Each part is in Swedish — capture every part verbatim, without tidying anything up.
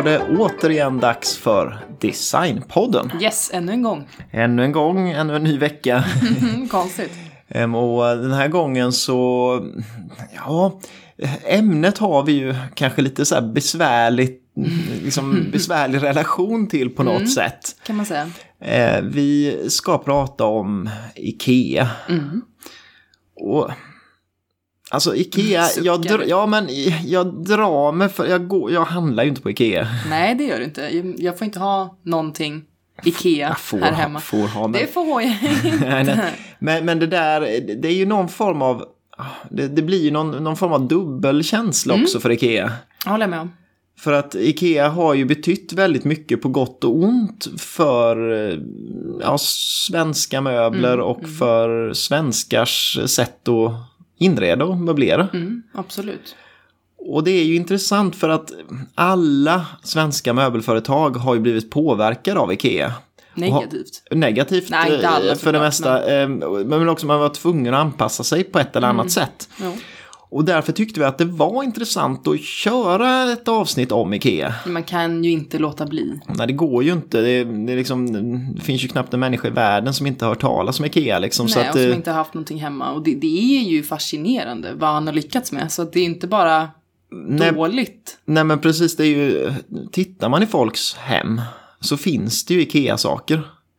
det återigen dags för Designpodden. Yes, ännu en gång. Ännu en gång, ännu en ny vecka. Konstigt. Och den här gången så, ja, ämnet har vi ju kanske lite så här besvärligt, liksom besvärlig relation till på något mm, sätt. Kan man säga. Vi ska prata om IKEA. Mm. Och alltså IKEA, jag, dr- ja, men jag drar mig för, jag, går, jag handlar ju inte på IKEA. Nej, det gör du inte. Jag får inte ha någonting IKEA får, här hemma. Får ha, men... Det får jag inte. men, men det där, det är ju någon form av, det, det blir ju någon, någon form av dubbelkänsla mm. också för IKEA. Jag håller med om. För att IKEA har ju betytt väldigt mycket på gott och ont för ja, svenska möbler mm, och mm. för svenskars sätt att inreda och möblera. Mm, absolut. Och det är ju intressant för att alla svenska möbelföretag har ju blivit påverkade av IKEA. Negativt. Ha, negativt Nej, inte alla, för det mesta. Men... men också man var tvungen att anpassa sig på ett eller annat mm. sätt. Ja. Och därför tyckte vi att det var intressant att köra ett avsnitt om IKEA. Man kan ju inte låta bli. Nej, det går ju inte. Det, det, är liksom, det finns ju knappt en människa i världen som inte har hört talas om IKEA. Liksom, Nej, så att, och som inte har haft någonting hemma. Och det, det är ju fascinerande vad han har lyckats med. Så att det är inte bara nej, dåligt. Nej, men precis. Det är ju, tittar man i folks hem så finns det ju IKEA-saker.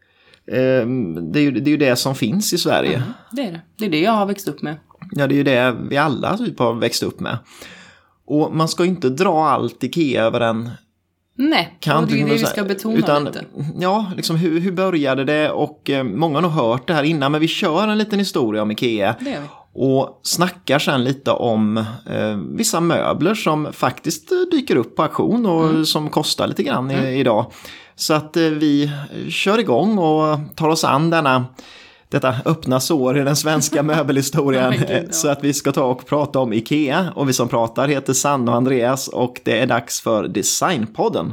Eh, det, är ju, det är ju det som finns i Sverige. Mm, det är det. Det är det jag har växt upp med. Ja, det är ju det vi alla typ har växt upp med. Och man ska inte dra allt IKEA över en Nej, kant, och det är det vi ska betona utan, lite. Ja, liksom hur, hur började det? Och eh, många har nog hört det här innan, men vi kör en liten historia om IKEA. Det gör vi. Och snackar sen lite om eh, vissa möbler som faktiskt eh, dyker upp på auktion och mm. som kostar lite grann mm. i, idag. Så att eh, vi kör igång och tar oss an denna detta öppna sår i den svenska möbelhistorien. Oh God, så att vi ska ta och prata om IKEA. Och vi som pratar heter Sanna och Andreas och det är dags för Designpodden.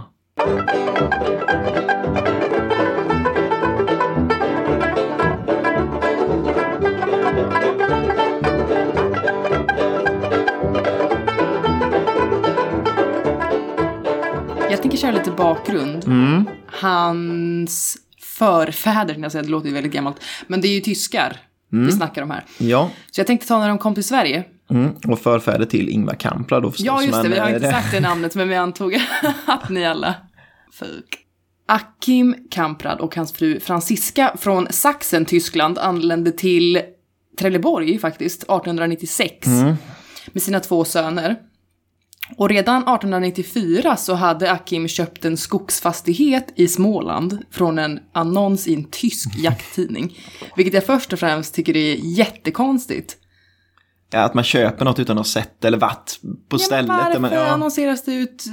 Jag tänker köra lite bakgrund. Mm. Hans förfäder, jag säger, det låter ju väldigt gammalt. Men det är ju tyskar mm. vi snackar om här. Ja. Så jag tänkte ta när de kom till Sverige. Mm. Och förfäder till Ingvar Kamprad då förstås. Ja, just det. Men, vi har inte det... sagt det namnet, men vi antog att ni alla. Fuk. Achim Kamprad och hans fru Franziska från Sachsen, Tyskland, anlände till Trelleborg faktiskt, arton nittiosex. Mm. Med sina två söner. Och redan arton nittiofyra så hade Achim köpt en skogsfastighet i Småland från en annons i en tysk jakttidning. Vilket jag först och främst tycker är jättekonstigt. Ja, att man köper något utan att ha sett eller varit på ja, stället. Men varför men, ja. annonseras det ut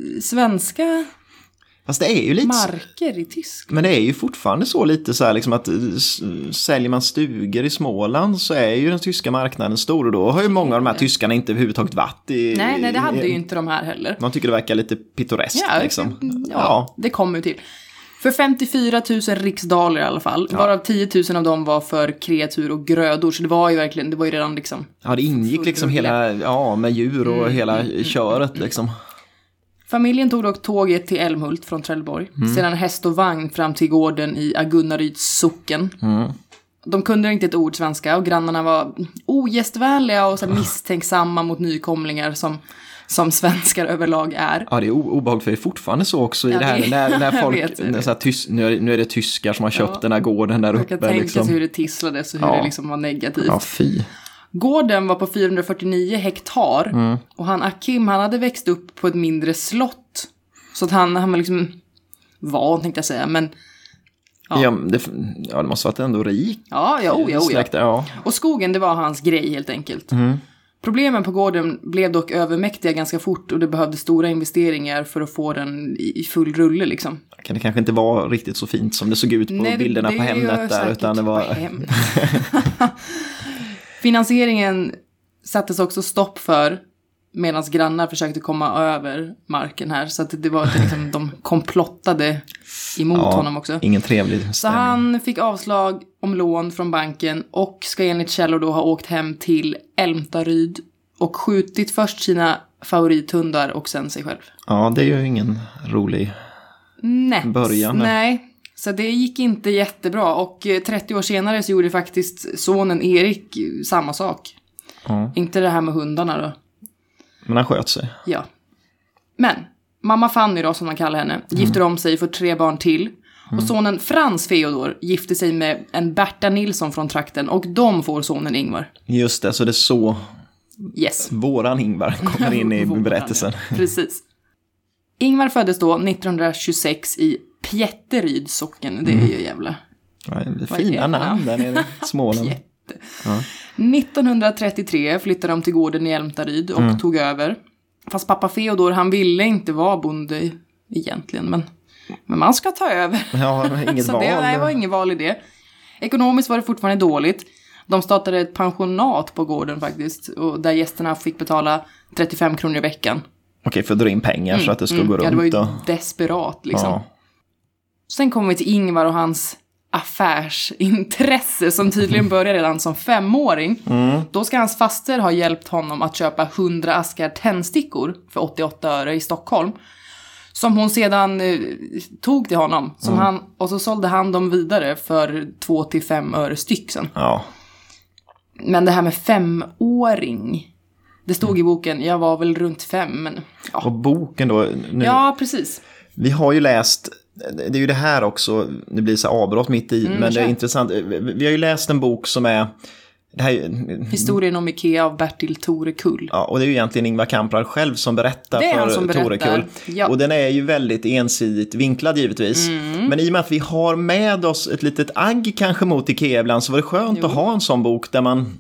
svenska Fast det är ju lite... marker i Tyskland? Men det är ju fortfarande så lite så här liksom att säljer man stugor i Småland så är ju den tyska marknaden stor och då har ju många av de här tyskarna inte överhuvudtaget varit i... Nej, nej, det hade i, ju inte de här heller. Man tycker det verkar lite pittoreskt ja, liksom. Ja, ja, det kommer ju till. För femtiofyra tusen riksdaler i alla fall. Ja. Varav tio tusen av dem var för kreatur och grödor. Så det var ju verkligen, det var ju redan liksom... Ja, det ingick liksom hela, ja, med djur och mm, hela mm, köret liksom. Familjen tog dock tåget till Älmhult från Trelleborg. Mm. Sedan häst och vagn fram till gården i Agunnaryds socken. Mm. De kunde inte ett ord svenska och grannarna var ogästvänliga och så misstänksamma mot nykomlingar som, som svenskar överlag är. Ja, det är obehagligt för det är fortfarande så också i ja, det här. Det, när, när folk, när så här, tys, nu, är, nu är det tyskar som har köpt ja. den här gården där uppe. Jag kan tänka liksom. sig hur det tisslades och hur ja. det liksom var negativt. Ja, fy. Gården var på fyrahundrafyrtionio hektar mm. och han Achim, han hade växt upp på ett mindre slott. Så att han, han var liksom van, tänkte jag säga, men ja, ja, det, ja det måste ha varit ändå rik. Ja, ja, oh, ja, oh, ja. ja. Och skogen, det var hans grej helt enkelt. Mm. Problemen på gården blev dock övermäktiga ganska fort och det behövde stora investeringar för att få den i full rulle liksom. Kan det kanske inte vara riktigt så fint som det såg ut på Nej, bilderna det, det på Hemnet där, utan det var hem. Finansieringen sattes också stopp för medan grannar försökte komma över marken här. Så att det var liksom, de komplottade emot ja, honom också. Ingen trevlig stämning. Så han fick avslag om lån från banken och ska enligt källor då ha åkt hem till Älmtaryd och skjutit först sina favorithundar och sen sig själv. Ja, det är ju ingen rolig Nej. början. Nej, så det gick inte jättebra. Och trettio år senare så gjorde faktiskt sonen Erik samma sak. Ja. Inte det här med hundarna då. Men han sköt sig. Ja. Men mamma Fanny då, som man kallar henne, gifter om sig för tre barn till. Och sonen Frans Feodor gifte sig med en Berta Nilsson från trakten. Och de får sonen Ingvar. Just det, så det är så Yes. våran Ingvar kommer in i Våran, berättelsen. ja. Precis. Ingvar föddes då nittonhundratjugosex i Pjätteryds socken. Det är ju jävla... Ja, det är Vad fina är det? namn där nere i Småland. Pjätte. Ja. nittonhundratrettiotre flyttade de till gården i Älmtaryd och Mm. tog över. Fast pappa Feodor, han ville inte vara bonde egentligen. Men, men man ska ta över. Ja, inget Så val. det, nej, det var ingen val i det. Ekonomiskt var det fortfarande dåligt. De startade ett pensionat på gården faktiskt. Och där gästerna fick betala trettiofem kronor i veckan. Okej, för att dra in pengar så att det ska gå runt. Ja, det var ju och... desperat liksom. Ja. Sen kommer vi till Ingvar och hans affärsintresse som tydligen börjar redan som femåring. Mm. Då ska hans faster ha hjälpt honom att köpa hundra askar tändstickor för åttioåtta öre i Stockholm. Som hon sedan eh, tog till honom. Som Mm. han, och så sålde han dem vidare för två till fem öre styck sen. Ja. Men det här med femåring. Det stod i boken, jag var väl runt fem. Men, ja. Och boken då. Nu, ja, precis. Vi har ju läst, det är ju det här också, det blir så avbrott mitt i, Mm, men det är kör. intressant. Vi har ju läst en bok som är, det här, Historien om Ikea av Bertil Torekull. ja, och det är ju egentligen Ingvar Kamprad själv som berättar Det är för han som berättar. Torekull. Ja. Och den är ju väldigt ensidigt vinklad givetvis. Mm. Men i och med att vi har med oss ett litet agg kanske mot Ikea ibland, så var det skönt Jo. att ha en sån bok där man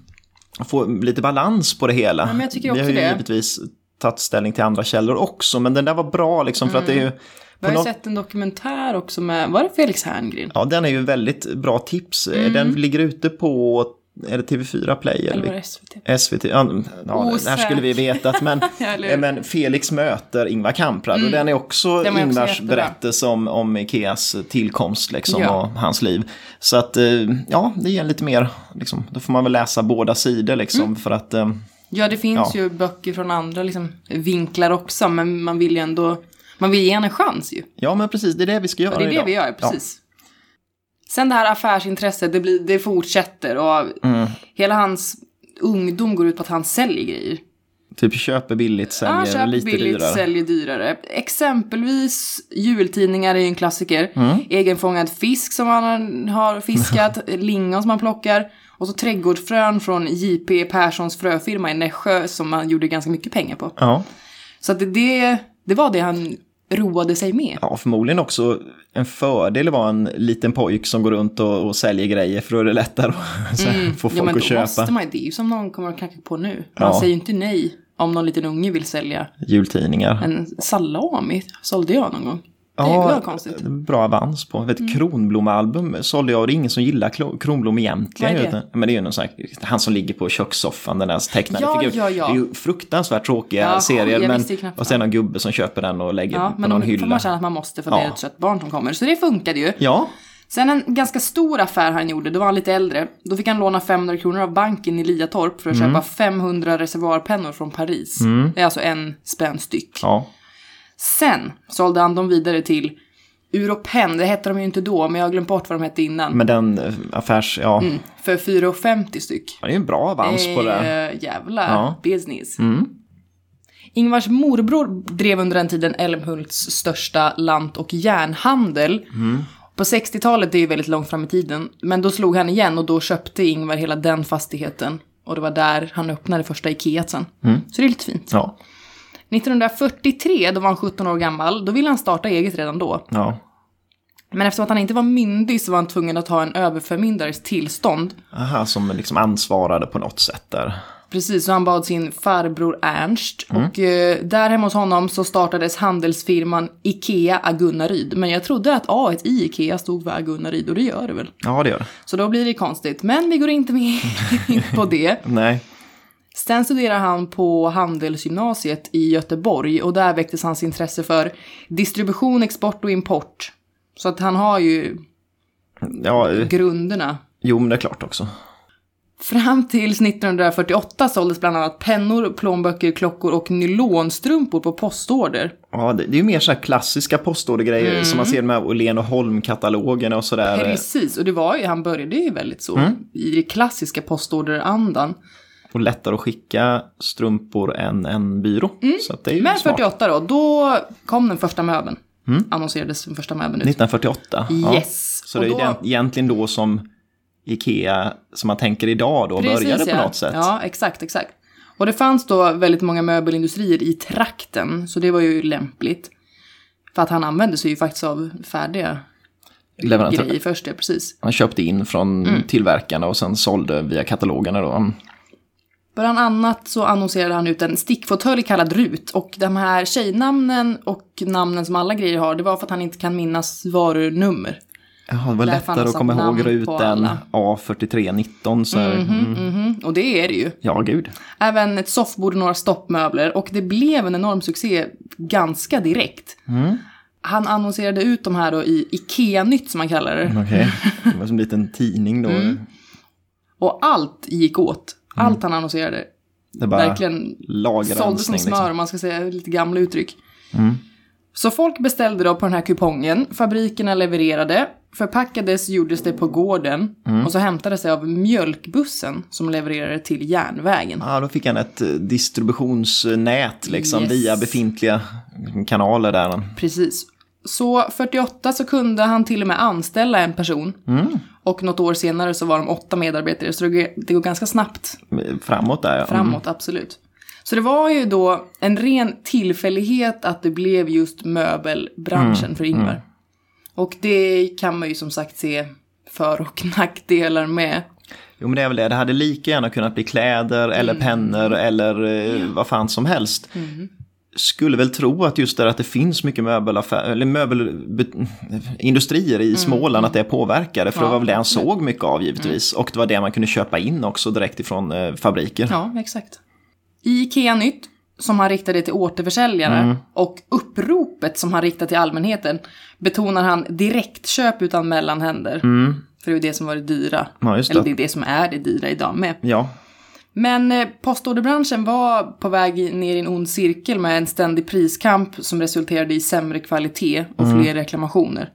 får lite balans på det hela. Ja, men jag tycker vi också har ju det. givetvis tagit ställning till andra källor också, men den där var bra liksom, för att det är ju Vi har ju något- sett en dokumentär också med, var det Felix Herngren? Ja, den är ju väldigt bra tips. Mm. Den ligger ute på, är det T V fyra Play? Eller var Eller det S V T? S V T? Ja, ja, det här skulle vi vetat. Men, Ja, eller hur? men Felix möter Ingvar Kamprad. Och den är också Den var också Ingvars jättebra. berättelse om, om Ikeas tillkomst liksom, Ja. och hans liv. Så att, eh, ja, det ger lite mer, liksom, då får man väl läsa båda sidor liksom, Mm. för att... eh, Ja, det finns Ja. ju böcker från andra liksom, vinklar också, men man vill ju ändå, man vill ge en en chans ju. Ja, men precis, det är det vi ska göra Och det är det idag. vi gör, precis. Sen det här affärsintresset, det, blir, det fortsätter och Mm. hela hans ungdom går ut på att han säljer grejer. Typ köper billigt, Ja, säljer köper lite billigt, dyrare. säljer dyrare. Exempelvis jultidningar är ju en klassiker. Mm. Egenfångad fisk som han har fiskat, lingon som han plockar. Och så trädgårdsfrön från J P Perssons fröfirma i Nässjö som han gjorde ganska mycket pengar på. Ja. Så att det, det, det var det han roade sig med. Ja, förmodligen också en fördel att vara en liten pojk som går runt och, och säljer grejer, för då är det lättare att så här, få folk ja, men att då köpa. måste man, det är ju som någon kommer att knacka på nu. Man Ja. säger ju inte nej om någon liten unge vill sälja Jultidningar. en salami. Sålde jag någon gång. Det är ju konstigt. Bra avans på. Vet, mm. Kronblom-album sålde jag, och det är ingen som gillar Klo- Kronblom egentligen. Vad är det? Utan, men det är ju någon sån här, han som ligger på kökssoffan, den där tecknade Ja, figur. ja, ja. Det är ju fruktansvärt tråkiga Ja, serier. jag Men, visste ju knappt och sen en gubbe som köper den och lägger Ja, på men någon då får hylla. man känna att man måste, för Ja. det är ett sött barn som kommer. Så det funkade ju. Ja, Sen en ganska stor affär han gjorde, då var han lite äldre. Då fick han låna femhundra kronor av banken i Liatorp för att Mm. köpa femhundra reservoarpennor från Paris. Det är alltså en spänn styck. ja. Sen sålde han dem vidare till Europen, det hette de ju inte då, men jag har glömt bort vad de hette innan. Men den eh, affärs, ja. Mm, för fyra kronor femtio styck. Ja, det är ju en bra avans på det. Eh, jävla Ja. business. Mm. Ingvars morbror drev under den tiden Älmhults största lant- och järnhandel. Mm. På sextiotalet, det är ju väldigt långt fram i tiden. Men då slog han igen och då köpte Ingvar hela den fastigheten. Och det var där han öppnade första Ikea sen. Mm. Så det är lite fint. Ja, nittonhundrafyrtiotre, då var han sjutton år gammal. Då ville han starta eget redan då. ja. Men eftersom att han inte var myndig så var han tvungen att ha en överförmyndares tillstånd. Aha, som liksom ansvarade på något sätt där. Precis, så han bad sin farbror Ernst. Mm. Och eh, där hemma hos honom så startades handelsfirman Ikea Agunnaryd. Men jag trodde att A i Ikea stod för Agunnaryd, och det gör det väl. Ja, det gör det. Så då blir det konstigt. Men vi går inte med in på det. Nej. Sen studerar han på Handelsgymnasiet i Göteborg. Och där väcktes hans intresse för distribution, export och import. Så att han har ju Ja, eh, grunderna. jo, men det är klart också. Fram tills nittonhundrafyrtioåtta såldes bland annat pennor, plånböcker, klockor och nylonstrumpor på postorder. Ja, det, det är ju mer så här klassiska postordergrejer mm. som man ser med Åhlén och Holm-katalogerna och sådär. Precis, och det var ju, han började ju väldigt så mm. i det klassiska postorderandan. Och lättare att skicka strumpor än en byrå. Mm. Så att det är ju Men smart. fyrtioåtta då, då kom den första möbeln. Mm. Annonserades den första möbeln ut. nittonhundrafyrtioåtta? Yes. Ja. Så och det är då... egentligen då som Ikea, som man tänker idag då, Precis, började på ja. något sätt. Ja, exakt, exakt. Och det fanns då väldigt många möbelindustrier i trakten, så det var ju lämpligt. För att han använde sig ju faktiskt av färdiga Leverantör. grejer först, ja, precis. Han köpte in från mm. tillverkarna och sen sålde via katalogerna då. Bland annat så annonserade han ut en stickfåtölj kallad Rut. Och de här tjejnamnen och namnen som alla grejer har, det var för att han inte kan minnas varunummer. Ja, det var lättare att komma ihåg Ruten A fyrtiotre nitton. Så här. Mm-hmm, mm. Mm-hmm. Och det är det ju. Ja, gud. Även ett soffbord och några stoppmöbler. Och det blev en enorm succé ganska direkt. Mm. Han annonserade ut de här då i Ikea-nytt som man kallar det. Okej, okay. Det var som en liten tidning då. Mm. Och allt gick åt. Allt mm. han annonserade. Det bara verkligen sålde som smör, liksom. Om man ska säga lite gamla uttryck. Mm. Så folk beställde då på den här kupongen. Fabrikerna levererade. Förpackades, gjordes det på gården. Mm. Och så hämtades det av mjölkbussen som levererade till järnvägen. Ja, då fick han ett distributionsnät liksom yes. via befintliga kanaler där. Precis. Så fyrtioåtta så kunde han till och med anställa en person. Mm. Och något år senare så var de åtta medarbetare. Så det, det går ganska snabbt. Framåt där, ja. Framåt, mm. absolut. Så det var ju då en ren tillfällighet att det blev just möbelbranschen mm. för Ingvar. Mm. Och det kan man ju som sagt se för- och nackdelar med. Jo, men det är väl det. Det hade lika gärna kunnat bli kläder eller mm. pennor eller eh, vad fan som helst. Mm. Skulle väl tro att just det att det finns mycket möbelaffär, eller möbelindustrier i Småland mm. att det påverkade. För ja, det var väl det han såg mycket av givetvis. Mm. Och det var det man kunde köpa in också direkt ifrån eh, fabriker. Ja, exakt. I Ikea-nytt som han riktade till återförsäljare mm. och uppropet som han riktade till allmänheten betonar han direktköp utan mellanhänder. Mm. För det är det som var det dyra. Ja, just det. Eller det är det som är det dyra idag med. Ja. Men eh, postorderbranschen var på väg ner i en ond cirkel med en ständig priskamp som resulterade i sämre kvalitet och mm. fler reklamationer.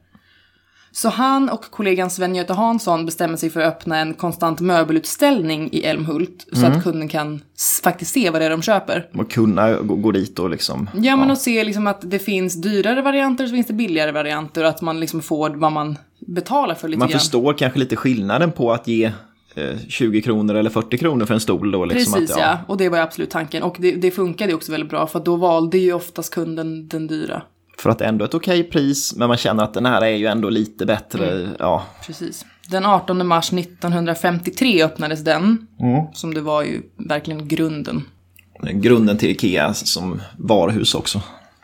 Så han och kollegan Sven-Göte Hansson bestämmer sig för att öppna en konstant möbelutställning i Älmhult. Mm. Så att kunden kan s- faktiskt se vad det är de köper. Och kunna gå, gå dit och liksom... Ja, men ja. att se liksom att det finns dyrare varianter så finns det billigare varianter. Och att man liksom får vad man betalar för lite Man grann. förstår kanske lite skillnaden på att ge eh, tjugo kronor eller fyrtio kronor för en stol då. Liksom. Precis, att, ja. ja. Och det var ju absolut tanken. Och det, det funkade också väldigt bra. För då valde ju oftast kunden den dyra. För att ändå ett okej pris, men man känner att den här är ju ändå lite bättre, mm. ja. Precis. Den artonde mars nittonhundrafemtiotre öppnades den, mm. som det var ju verkligen grunden. Grunden till Ikea som varuhus också.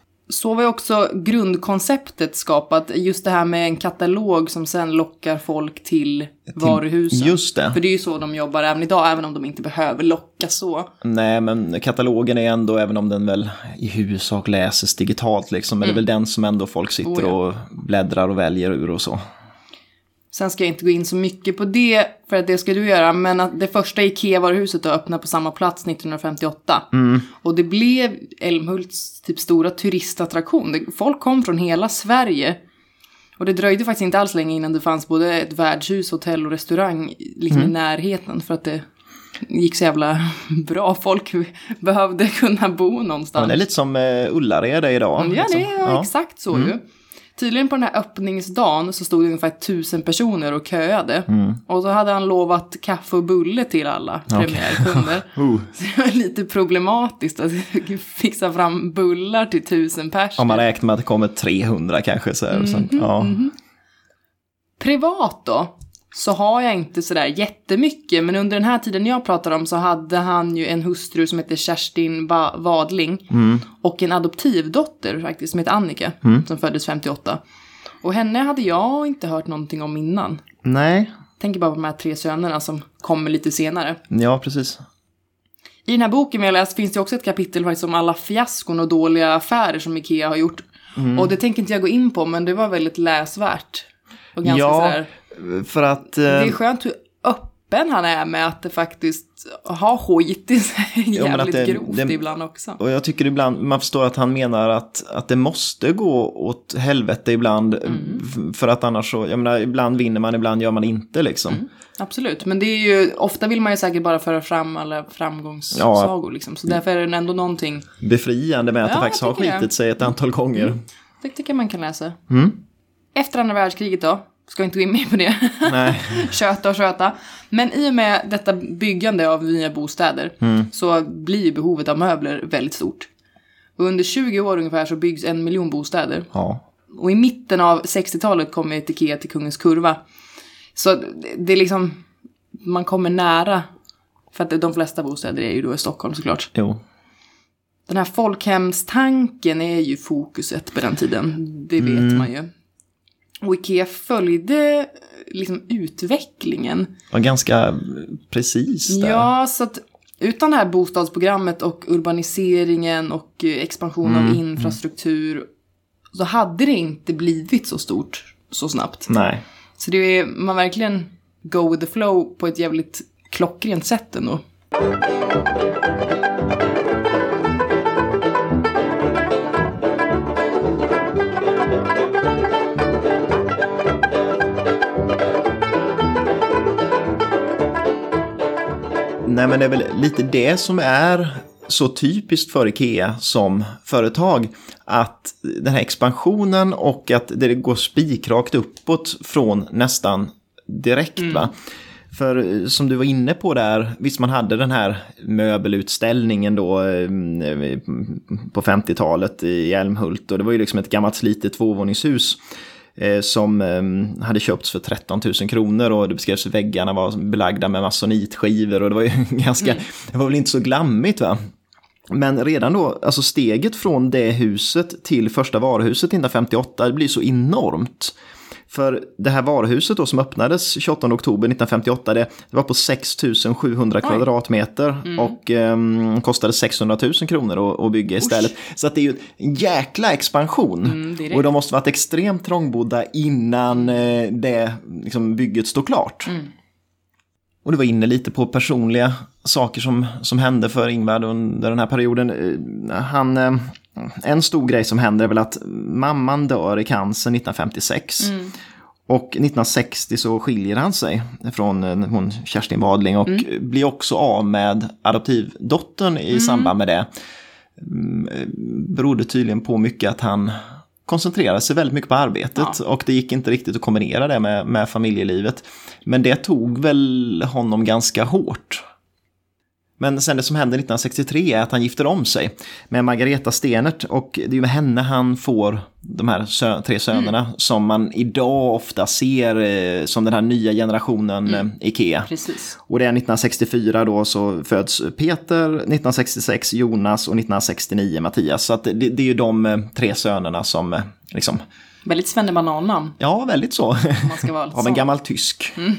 Så var ju också grundkonceptet skapat, just det här med en katalog som sen lockar folk till varuhusen. Just det. För det är ju så de jobbar även idag, även om de inte behöver locka så. Nej, men katalogen är ändå, även om den väl i huvudsak läses digitalt liksom, mm. är det väl den som ändå folk sitter oh, ja. och bläddrar och väljer ur och så. Sen ska jag inte gå in så mycket på det, för att det ska du göra. Men att det första Ikea-varuhuset öppnade på samma plats nittonhundrafemtioåtta. Mm. Och det blev Älmhults typ stora turistattraktion. Folk kom från hela Sverige. Och det dröjde faktiskt inte alls länge innan det fanns både ett värdshus, hotell och restaurang liksom mm. i närheten. För att det gick så jävla bra. Folk behövde kunna bo någonstans. Ja, det är lite som uh, Ullared idag. Ja, det är ja. exakt så mm. ju. Tydligen på den här öppningsdagen så stod det ungefär tusen personer och köade. Mm. Och så hade han lovat kaffe och bulle till alla premiärkunder. Okay. uh. Så det var lite problematiskt att fixa fram bullar till tusen personer. Om man räknar med att det kommer trehundra kanske. Så här, mm-hmm, så, ja. mm-hmm. Privat då, så har jag inte sådär jättemycket. Men under den här tiden jag pratar om så hade han ju en hustru som heter Kerstin ba- Wadling. Mm. Och en adoptivdotter faktiskt som heter Annika. Mm. Som föddes femtioåtta. Och henne hade jag inte hört någonting om innan. Nej. Tänker bara på de här tre sönerna som kommer lite senare. Ja, precis. I den här boken vi har läst finns det också ett kapitel faktiskt om alla fiaskon och dåliga affärer som Ikea har gjort. Mm. Och det tänker inte jag gå in på, men det var väldigt läsvärt. Och ganska ja, sådär. För att... Eh... Det är skönt hur öppen han är med att det faktiskt har skit i sig jävligt det, grovt det, ibland också. Och jag tycker ibland, man förstår att han menar att, att det måste gå åt helvete ibland, mm. för att annars så, jag menar, ibland vinner man, ibland gör man inte liksom. Mm. Absolut, men det är ju, ofta vill man ju säkert bara föra fram alla framgångssagor, ja, liksom. Så därför är det ändå någonting befriande med att ja, det faktiskt har skitit det. sig ett antal gånger. Mm. Det tycker jag man kan läsa. Mm. Efter andra världskriget då, ska inte gå in mer på det. Nej. Köta och köta. Men i och med detta byggande av nya bostäder mm. så blir behovet av möbler väldigt stort. Och under tjugo år ungefär så byggs en miljon bostäder. Ja. Och i mitten av sextiotalet kommer ett IKEA till Kungens Kurva. Så det är liksom, man kommer nära, för att de flesta bostäder är ju då i Stockholm såklart. Jo. Den här folkhemstanken är ju fokuset på den tiden, det vet mm. man ju. Och IKEA följde liksom utvecklingen. Var ganska precis där. Ja, så att utan det här bostadsprogrammet och urbaniseringen och expansion mm. av infrastruktur så hade det inte blivit så stort så snabbt. Nej. Så det är, man verkligen go with the flow på ett jävligt klockrent sätt ändå. Nej, men det är väl lite det som är så typiskt för IKEA som företag, att den här expansionen och att det går spikrakt uppåt från nästan direkt mm. va. För som du var inne på där, visst man hade den här möbelutställningen då på femtiotalet i Älmhult, och det var ju liksom ett gammalt slitet tvåvåningshus som hade köpts för tretton tusen kronor, och det beskrevs att väggarna var belagda med masonitskivor, och det var ju ganska, mm. det var väl inte så glammigt va. Men redan då, alltså steget från det huset till första varuhuset nittonhundrafemtioåtta, det blir så enormt. För det här varuhuset då som öppnades tjugoåttonde oktober nittonhundrafemtioåtta, det, det var på sex tusen sjuhundra kvadratmeter mm. och um, kostade sexhundra tusen kronor att, att bygga istället. Usch. Så att det är ju en jäkla expansion. Mm, och de måste varit extremt trångbodda innan eh, det liksom, bygget stod klart. Mm. Och det var inne lite på personliga saker som, som hände för Ingvar under den här perioden. Han, en stor grej som händer är väl att mamman dör i cancer nittonhundrafemtiosex. Mm. Och nittonhundrasextio så skiljer han sig från hon Kerstin Wadling och mm. blir också av med adoptivdottern i mm. samband med det. Berodde tydligen på mycket att han koncentrerade sig väldigt mycket på arbetet ja. och det gick inte riktigt att kombinera det med, med familjelivet. Men det tog väl honom ganska hårt. Men sen det som hände nittonhundrasextiotre är att han gifter om sig med Margareta Stenert, och det är ju med henne han får de här sö- tre sönerna mm. som man idag ofta ser eh, som den här nya generationen mm. eh, IKEA. Precis. Och det är nittonhundrasextiofyra då så föds Peter, nittonhundrasextiosex Jonas och nittonhundrasextionio Mattias. Så att det, det är ju de eh, tre sönerna som eh, liksom... Väldigt svennebanannamn. Ja, väldigt så. Man ska vara av en gammal tysk. Mm.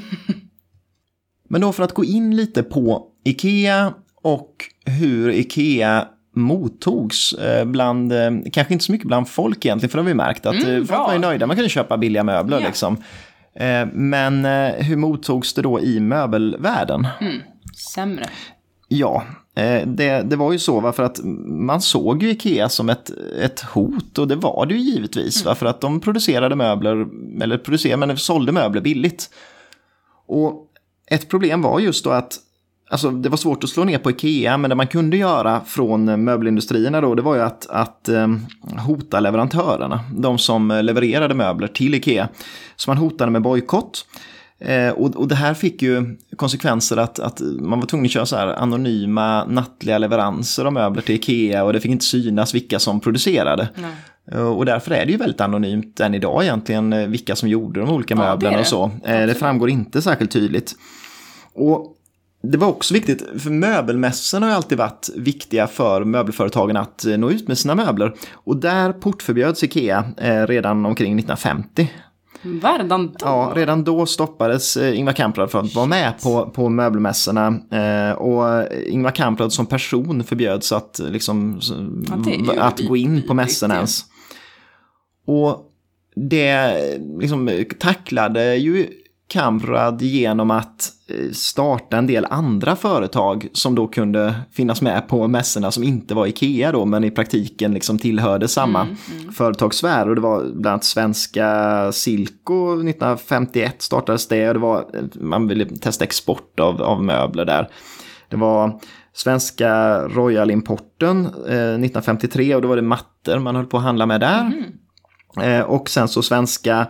Men då för att gå in lite på IKEA och hur IKEA mottogs bland, kanske inte så mycket bland folk egentligen, för de har vi märkt att mm, folk var ju nöjda, man kunde köpa billiga möbler yeah. liksom. Men hur mottogs det då i möbelvärlden? Mm, sämre. Ja, det, det var ju så va, för att man såg ju IKEA som ett, ett hot, och det var det ju givetvis mm. va, för att de producerade möbler, eller producerade, men sålde möbler billigt. Och ett problem var just då att alltså, det var svårt att slå ner på IKEA, men det man kunde göra från möbelindustrierna då, det var ju att, att um, hota leverantörerna, de som levererade möbler till IKEA. Så man hotade med bojkott. Eh, och, och det här fick ju konsekvenser att, att man var tvungen att köra så här anonyma nattliga leveranser av möbler till IKEA, och det fick inte synas vilka som producerade. Nej. Och därför är det ju väldigt anonymt än idag egentligen vilka som gjorde de olika ja, möblerna och så. Absolut. Det framgår inte särskilt tydligt. Och det var också viktigt, för möbelmässorna har ju alltid varit viktiga för möbelföretagen att nå ut med sina möbler. Och där portförbjöds IKEA redan omkring nittonhundrafemtio. Va, redan då? Ja, redan då stoppades Ingvar Kamprad för att vara med på, på möbelmässorna. Och Ingvar Kamprad som person förbjöds att, liksom, ja, att gå in på mässorna ens. Och det liksom tacklade ju Kamprad genom att starta en del andra företag som då kunde finnas med på mässorna som inte var IKEA då, men i praktiken liksom tillhörde samma mm, mm. företagssfär. Och det var bland annat svenska Silko nittonhundrafemtioett startades det, och det var, man ville testa export av, av möbler där. Det var svenska Royal-importen eh, nittonhundrafemtiotre, och då var det mattor man höll på att handla med där. Mm. Eh, och sen så svenska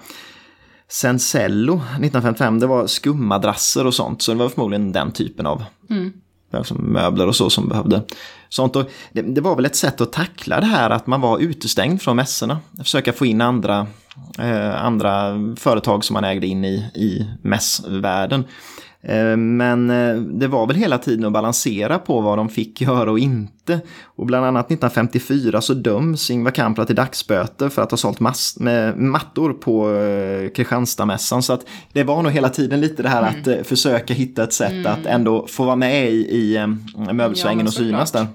Sensello nittonhundrafemtiofem, det var skummadrasser och sånt. Så det var förmodligen den typen av mm. alltså möbler och så som behövde sånt. Och det, det var väl ett sätt att tackla det här att man var utestängd från mässorna. Försöka få in andra, eh, andra företag som man ägde in i, i mässvärlden. Men det var väl hela tiden att balansera på vad de fick göra och inte. Och bland annat nittonhundrafemtiofyra så döms Ingvar Kamprad till dagsböter för att ha sålt mass- med mattor på Kristianstadmässan. Så att det var nog hela tiden lite det här mm. att försöka hitta ett sätt mm. att ändå få vara med i, i möbelsvängen ja, och synas där.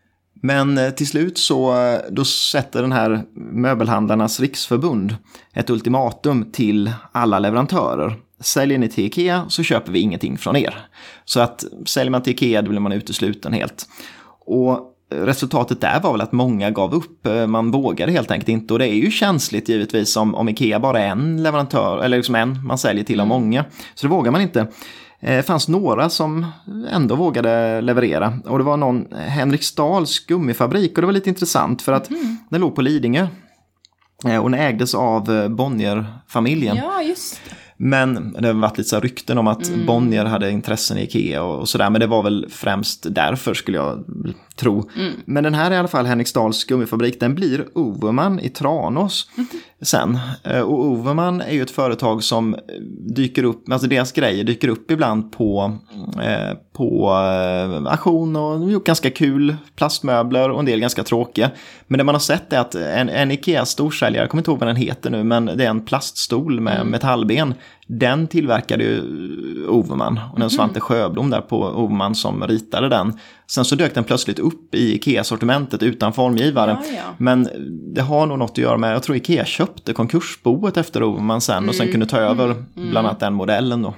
Men till slut så då sätter den här möbelhandlarnas riksförbund ett ultimatum till alla leverantörer. Säljer ni till IKEA så köper vi ingenting från er. Så att säljer man till IKEA då blir man utesluten helt. Och resultatet där var väl att många gav upp. Man vågade helt enkelt inte. Och det är ju känsligt givetvis om, om IKEA bara är en leverantör. Eller liksom en man säljer till av många. Så det vågar man inte. Det fanns några som ändå vågade leverera. Och det var någon Henriksdals gummifabrik. Och det var lite intressant för att mm. den låg på Lidingö. Och den ägdes av Bonnier-familjen. Ja, just det. Men det har varit lite så rykten om att mm. Bonnier hade intressen i IKEA och, och sådär. Men det var väl främst därför skulle jag tro. Mm. Men den här i alla fall, Henriksdals gummifabrik, den blir Overman i Tranås mm. sen. Och Overman är ju ett företag som dyker upp, alltså deras grejer dyker upp ibland på, eh, på eh, auktion och gjort ganska kul plastmöbler och en del ganska tråkiga. Men det man har sett är att en, en IKEA storsäljare, jag kommer inte ihåg vad den heter nu, men det är en plaststol med mm. metallben. Den tillverkade ju Overman och den Svante Sjöblom där på Overman som ritade den. Sen så dök den plötsligt upp i IKEA-sortimentet utan formgivare. Ja, ja. Men det har nog något att göra med, jag tror IKEA köpte konkursboet efter Overman sen mm. och sen kunde ta över mm. bland annat den modellen då.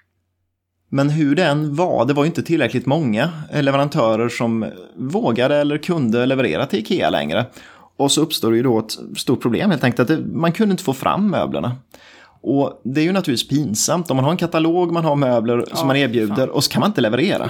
Men hur den var, det var ju inte tillräckligt många leverantörer som vågade eller kunde leverera till IKEA längre. Och så uppstår det ju då ett stort problem helt enkelt att man kunde inte få fram möblerna. Och det är ju naturligtvis pinsamt om man har en katalog, man har möbler som ja, man erbjuder fan. Och så kan man inte leverera.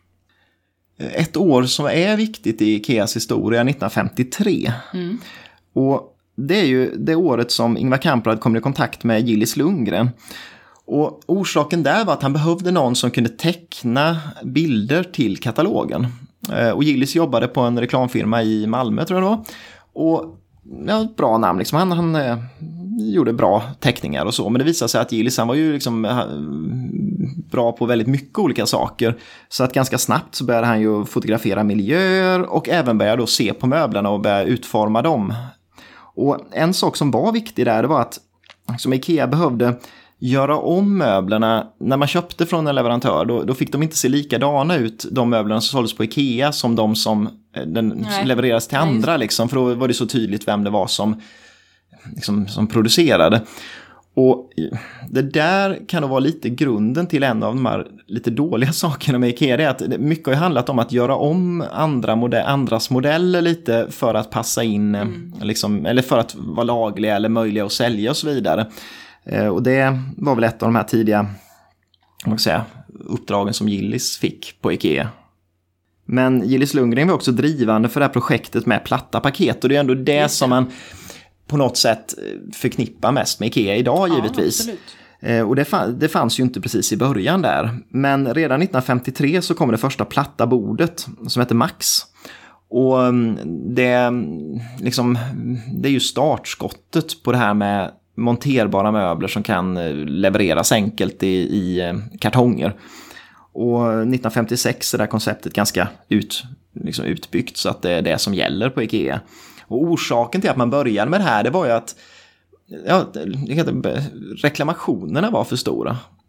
Ett år som är viktigt i IKEAs historia, nittonhundrafemtiotre. Mm. Och det är ju det året som Ingvar Kamprad kommer i kontakt med Gillis Lundgren. Och orsaken där var att han behövde någon som kunde teckna bilder till katalogen. Och Gillis jobbade på en reklamfirma i Malmö tror jag då. Och ja, bra namn liksom. Han, han eh, gjorde bra teckningar och så. Men det visade sig att Gillis han var ju liksom eh, bra på väldigt mycket olika saker. Så att ganska snabbt så började han ju fotografera miljöer och även började då se på möblerna och börja utforma dem. Och en sak som var viktig där det var att som IKEA behövde göra om möblerna. När man köpte från en leverantör då, då fick de inte se likadana ut de möblerna som såldes på IKEA som de som den levereras till andra Nej. liksom, för då var det så tydligt vem det var som, liksom, som producerade. Och det där kan då vara lite grunden till en av de här lite dåliga sakerna med IKEA. Det är att mycket har handlat om att göra om andra modell, andras modeller lite för att passa in mm. liksom, eller för att vara lagliga eller möjliga att sälja och så vidare. Och det var väl ett av de här tidiga man kan säga, uppdragen som Gillis fick på IKEA. Men Gillis Lundgren var också drivande för det här projektet med platta paket. Och det är ändå det Just som man på något sätt förknippar mest med IKEA idag givetvis. Ja, och det, fann, det fanns ju inte precis i början där. Men redan nittonhundrafemtiotre så kom det första platta bordet som heter Max. Och det, liksom, det är ju startskottet på det här med monterbara möbler som kan levereras enkelt i, i kartonger. Och nittonhundrafemtiosex är det här konceptet ganska ut, liksom utbyggt så att det är det som gäller på IKEA. Och orsaken till att man började med det här det var ju att ja, reklamationerna var för stora.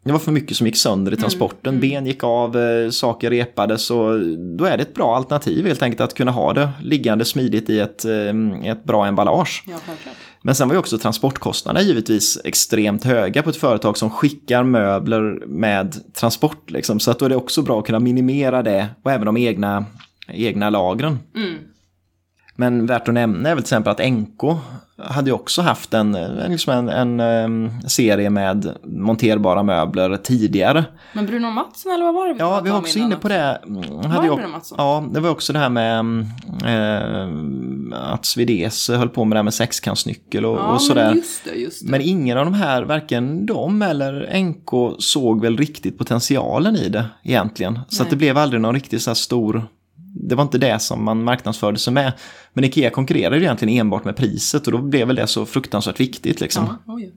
Det var för mycket som gick sönder i transporten. Mm. Ben gick av, saker repades, och då är det ett bra alternativ helt enkelt att kunna ha det liggande smidigt i ett, ett bra emballage. Ja, självklart. Men sen var ju också transportkostnaderna givetvis extremt höga på ett företag som skickar möbler med transport. Liksom. Så att då är det också bra att kunna minimera det, och även de egna, egna lagren. Mm. Men värt att nämna är väl till exempel att N K hade ju också haft en, liksom en, en, en serie med monterbara möbler tidigare. Men Bruno Mattsson, eller vad var det? Vi ja, vi var också inne på det. Var hade det Bruno Mattsson? Ja, det var också det här med eh, att Swedes höll på med det här med sexkantsnyckel och, ja, och sådär. Men, just det, just det. Men ingen av de här, varken de eller N K, såg väl riktigt potentialen i det egentligen. Så att det blev aldrig någon riktigt så här stor... Det var inte det som man marknadsförde sig med. Men IKEA konkurrerade egentligen enbart med priset, och då blev väl det så fruktansvärt viktigt. Liksom. Ja, oj.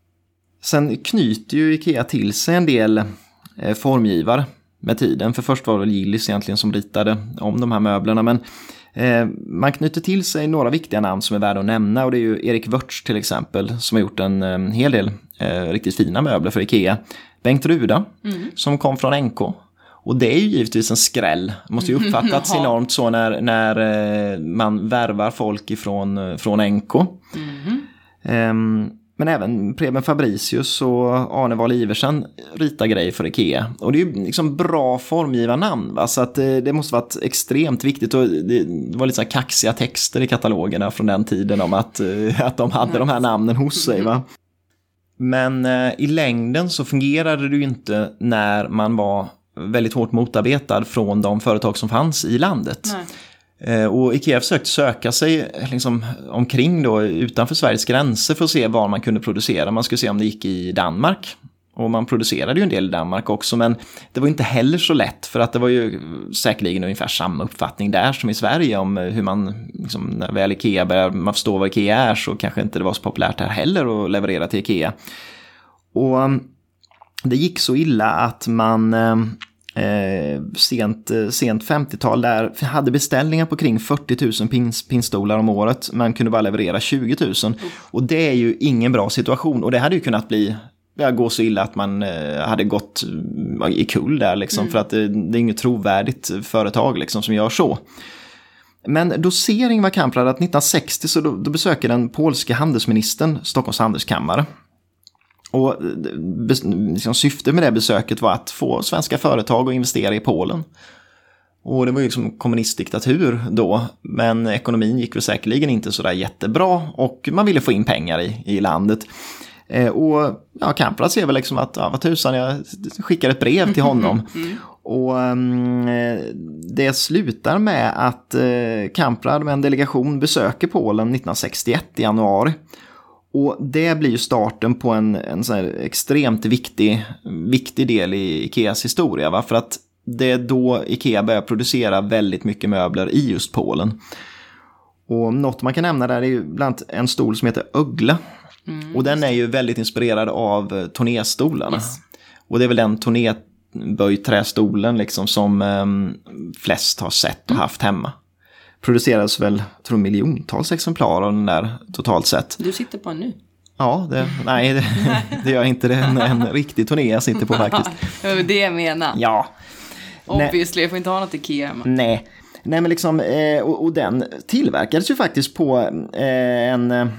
Sen knyter ju IKEA till sig en del eh, formgivare med tiden. För först var det väl Gillis egentligen som ritade om de här möblerna. Men eh, man knyter till sig några viktiga namn som är värda att nämna. Och det är ju Erik Wörts till exempel, som har gjort en eh, hel del eh, riktigt fina möbler för IKEA. Bengt Ruda, mm. som kom från N K. Och det är ju givetvis en skräll. Det måste ju uppfattats enormt så när, när man värvar folk ifrån, från N K. Mm. Um, men även Preben Fabricius och Arne Wahl Iversen ritar grejer för IKEA. Och det är ju liksom bra formgivarnamn. Va? Så att det, det måste varit extremt viktigt. Och det, det var lite så här kaxiga texter i katalogerna från den tiden om att, att de hade de här namnen hos sig. Va? Men uh, i längden så fungerade det ju inte när man var väldigt hårt motarbetad från de företag som fanns i landet. Eh, och IKEA försökte söka sig liksom omkring då, utanför Sveriges gränser, för att se var man kunde producera. Man skulle se om det gick i Danmark. Och man producerade ju en del i Danmark också, men det var inte heller så lätt, för att det var ju säkerligen ungefär samma uppfattning där som i Sverige om hur man, liksom, när väl IKEA börjar man förstå vad IKEA är, så kanske inte det var så populärt här heller att leverera till IKEA. Och det gick så illa att man eh, sent, sent femtiotal där hade beställningar på kring fyrtio tusen pins, pinstolar om året. Man kunde bara leverera tjugo tusen. Mm. Och det är ju ingen bra situation. Och det hade ju kunnat bli, ja, gå så illa att man eh, hade gått i kull där. Liksom, mm. För att det, det är inget trovärdigt företag liksom, som gör så. Men då ser Ingvar Kamprad att nittonhundrasextio så då, då besöker den polska handelsministern Stockholms handelskammare. Och liksom, syftet med det besöket var att få svenska företag att investera i Polen. Och det var ju liksom kommunistdiktatur då, men ekonomin gick väl säkerligen inte så där jättebra, och man ville få in pengar i, i landet. Eh, och ja, Kamprad ser väl liksom att, ja, vad tusan, jag skickar ett brev till honom. Mm. Och um, det slutar med att eh, Kamprad med en delegation besöker Polen nittonhundrasextioett i januari. Och det blir ju starten på en, en så här extremt viktig, viktig del i Ikeas historia. Va? För att det är då Ikea börjar producera väldigt mycket möbler i just Polen. Och något man kan nämna där är ju bland annat en stol som heter Uggla. Mm, och den är ju väldigt inspirerad av tornéstolarna. Yes. Och det är väl den turnéböjträstolen liksom som um, flest har sett och haft hemma. Produceras väl, tror miljontals exemplar av den där totalt sett. Du sitter på en nu? Ja, det, nej, det, det gör inte det. En, en riktig turné jag sitter på faktiskt. Det var det jag menar. Ja. Obviously, jag får inte ha något Ikea hemma. Nej, nej men liksom, eh, och, och den tillverkades ju faktiskt på eh, en, eh,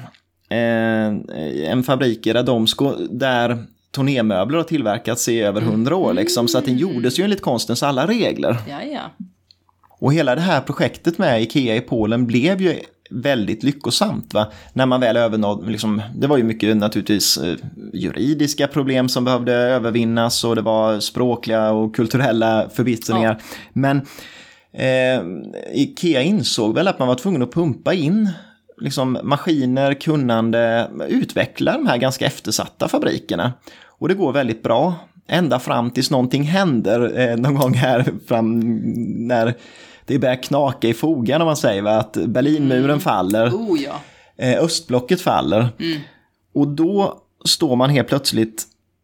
en fabrik i Radomsko där turnémöbler har tillverkats i över hundra år. Liksom, så att den gjordes ju enligt konstens alla regler. Ja, ja. Och hela det här projektet med Ikea i Polen blev ju väldigt lyckosamt. Va? När man väl övernådde, liksom, det var ju mycket naturligtvis eh, juridiska problem som behövde övervinnas, och det var språkliga och kulturella förbistringar. Ja. Men eh, Ikea insåg väl att man var tvungen att pumpa in liksom, maskiner, kunnande, utveckla de här ganska eftersatta fabrikerna. Och det går väldigt bra. Ända fram tills någonting händer eh, någon gång här fram när det börjar knaka i fogan, om man säger, va? Att Berlinmuren mm. faller, oh, ja. eh, östblocket faller. Mm. Och då står man helt plötsligt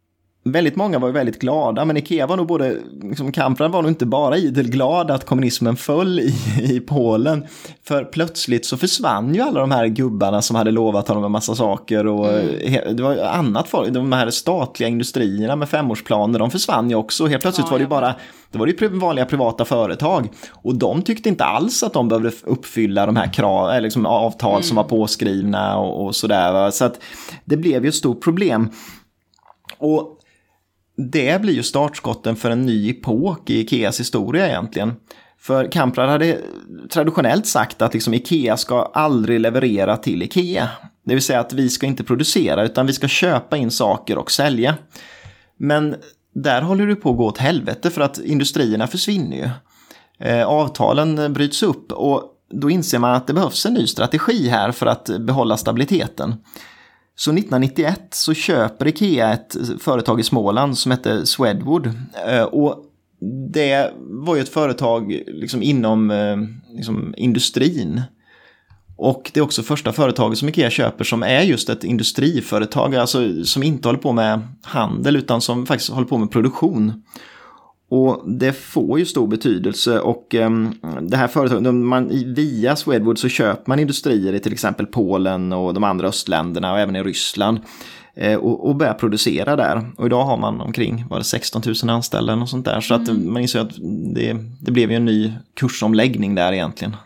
väldigt många var ju väldigt glada, men Ikea var nog både, liksom Kamprad var nog inte bara idelglad att kommunismen föll i, i Polen. För plötsligt så försvann ju alla de här gubbarna som hade lovat honom en massa saker och mm. det var annat folk, de här statliga industrierna med femårsplaner, de försvann ju också. Helt plötsligt ja, var det ju bara, det var ju vanliga privata företag och de tyckte inte alls att de behövde uppfylla de här krav, eller liksom avtal mm. som var påskrivna och, och sådär. Så att det blev ju ett stort problem. Och det blir ju startskotten för en ny epok i Ikeas historia egentligen. För Kamprad hade traditionellt sagt att liksom Ikea ska aldrig leverera till Ikea. Det vill säga att vi ska inte producera utan vi ska köpa in saker och sälja. Men där håller det på att gå åt helvete för att industrierna försvinner ju. Eh, avtalen bryts upp och då inser man att det behövs en ny strategi här för att behålla stabiliteten. Så nittonhundranittioett så köper Ikea ett företag i Småland som heter Swedwood. Och det var ju ett företag liksom inom liksom industrin. Och det är också första företaget som Ikea köper som är just ett industriföretag. Alltså som inte håller på med handel utan som faktiskt håller på med produktion. Och det får ju stor betydelse och um, det här företaget, man, via Swedwood så köper man industrier i till exempel Polen och de andra östländerna och även i Ryssland eh, och, och börjar producera där. Och idag har man omkring var det sexton tusen anställda och sånt där. Så mm. att man inser att det, det blev ju en ny kursomläggning där egentligen.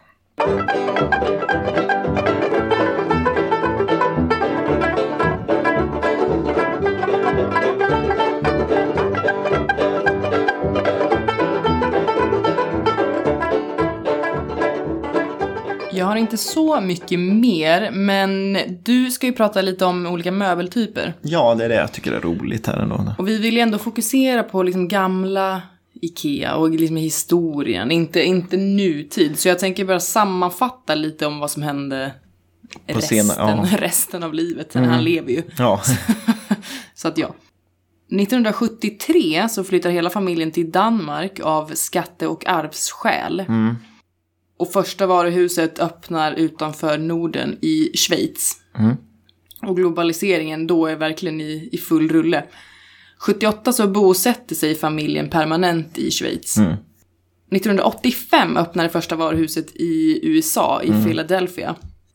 Jag har inte så mycket mer, men du ska ju prata lite om olika möbeltyper. Ja, det är det jag tycker är roligt här ändå. Och vi vill ju ändå fokusera på liksom gamla Ikea och liksom historien, inte, inte nutid. Så jag tänker bara sammanfatta lite om vad som hände resten, scenen, ja. resten av livet. Mm. Han lever ju. Ja. Så att ja. nittonhundrasjuttiotre så flyttar hela familjen till Danmark av skatte- och arvsskäl. Mm. Och första varuhuset öppnar utanför Norden i Schweiz. Mm. Och globaliseringen då är verkligen i, i full rulle. sjuttioåtta så bosätter sig familjen permanent i Schweiz. Mm. nittonhundraåttiofem öppnar det första varuhuset i U S A, i mm. Philadelphia.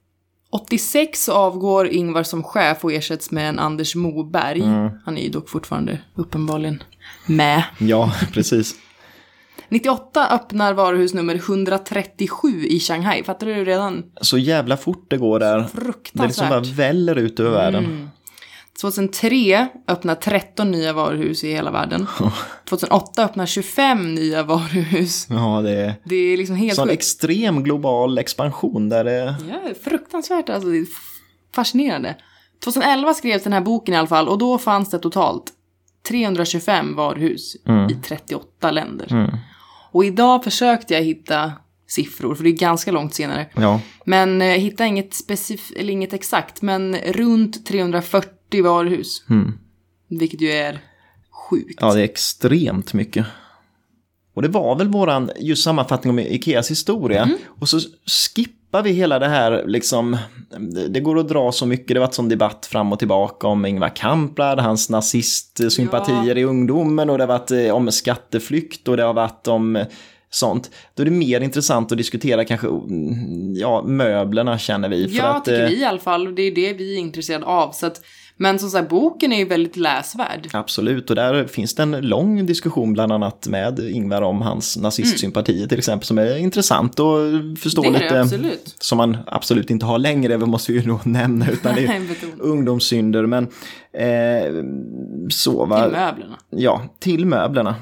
åttiosex avgår Ingvar som chef och ersätts med en Anders Moberg. Mm. Han är ju dock fortfarande uppenbarligen med. Ja, precis. nittioåtta öppnar varuhus nummer etthundratrettiosju i Shanghai. Fattar du redan? Så jävla fort det går där. Fruktansvärt. Det liksom bara väller ut över världen. Mm. tjugohundratre öppnar tretton nya varuhus i hela världen. tjugohundraåtta öppnar tjugofem nya varuhus. Ja, det är, det är liksom helt sån extrem global expansion där det... Ja, fruktansvärt. Alltså, det är fascinerande. tjugoelva skrevs den här boken i alla fall och då fanns det totalt trehundratjugofem varuhus mm. i trettioåtta länder. Mm. Och idag försökte jag hitta siffror, för det är ganska långt senare. Ja. Men eh, hitta inget specif- eller inget exakt, men runt trehundrafyrtio varuhus. Mm. Vilket ju är sjukt. Ja, det är extremt mycket. Och det var väl våran just sammanfattning om Ikeas historia. Mm. Och så skippar vi hela det här liksom, det går att dra så mycket. Det har varit sån debatt fram och tillbaka om Ingvar Kamprad, hans nazistsympatier ja. i ungdomen, och det har varit om skatteflykt och det har varit om sånt. Då är det mer intressant att diskutera kanske ja, möblerna, känner vi. För ja, att, tycker vi i alla fall. Och det är det vi är intresserade av. Så att, men som sagt, boken är ju väldigt läsvärd. Absolut, och där finns det en lång diskussion bland annat med Ingvar om hans nazistsympatier mm. till exempel, som är intressant att förstå det lite. Absolut. Som man absolut inte har längre, vi måste ju då nämna, utan det är ungdomssynder. Men eh, så va? Till möblerna. Ja, till möblerna.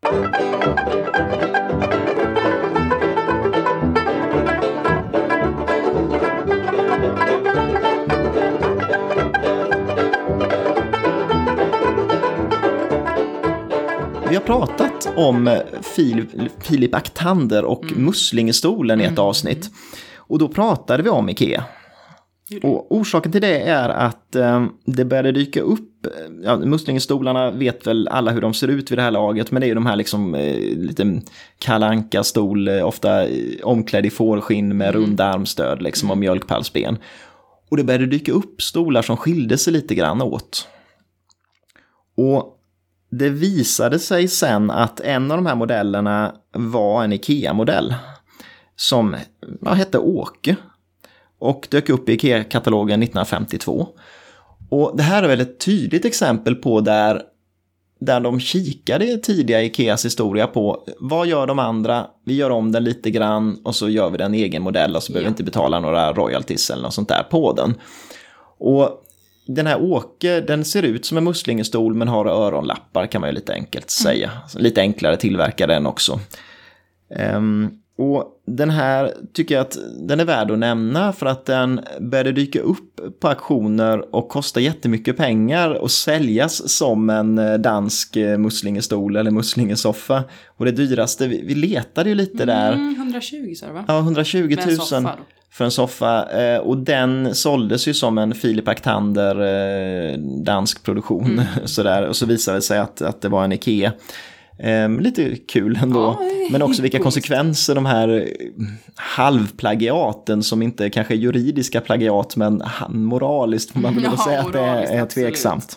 Vi har pratat om Philip Aktander och mm. Muslingestolen i ett mm. avsnitt. Och då pratade vi om Ikea. Och orsaken till det är att eh, det började dyka upp, ja, muslingestolarna vet väl alla hur de ser ut vid det här laget, men det är ju de här liksom eh, lite kalanka stol, eh, ofta omklädd i fårskinn med mm. runda armstöd liksom, och mjölkpallsben. Och det började dyka upp stolar som skilde sig lite grann åt. Och det visade sig sen att en av de här modellerna var en IKEA-modell som ja, hette Åke och dök upp i IKEA-katalogen nittonhundrafemtiotvå. Och det här är väl ett tydligt exempel på där, där de kikade i tidiga Ikeas historia på vad gör de andra, vi gör om den lite grann och så gör vi den egen modell och så behöver vi inte betala några royalties eller något sånt där på den. Och den här Åke, den ser ut som en muslingestol men har öronlappar kan man ju lite enkelt säga. Mm. Lite enklare tillverkar den också. Um, och den här tycker jag att den är värd att nämna för att den började dyka upp på auktioner och kosta jättemycket pengar och säljas som en dansk muslingestol eller muslingesoffa. Och det dyraste, vi, vi letade ju lite där. Mm, hundratjugo sa du va? Ja, hundratjugo tusen. För en soffa eh, och den såldes ju som en Philip Actander eh, dansk produktion mm. sådär, och så visade det sig att, att det var en Ikea. Eh, lite kul ändå, Oj, men också vilka konsekvenser de här halvplagiaten som inte kanske är juridiska plagiat men moraliskt får man väl ja, säga att det är, är tveksamt.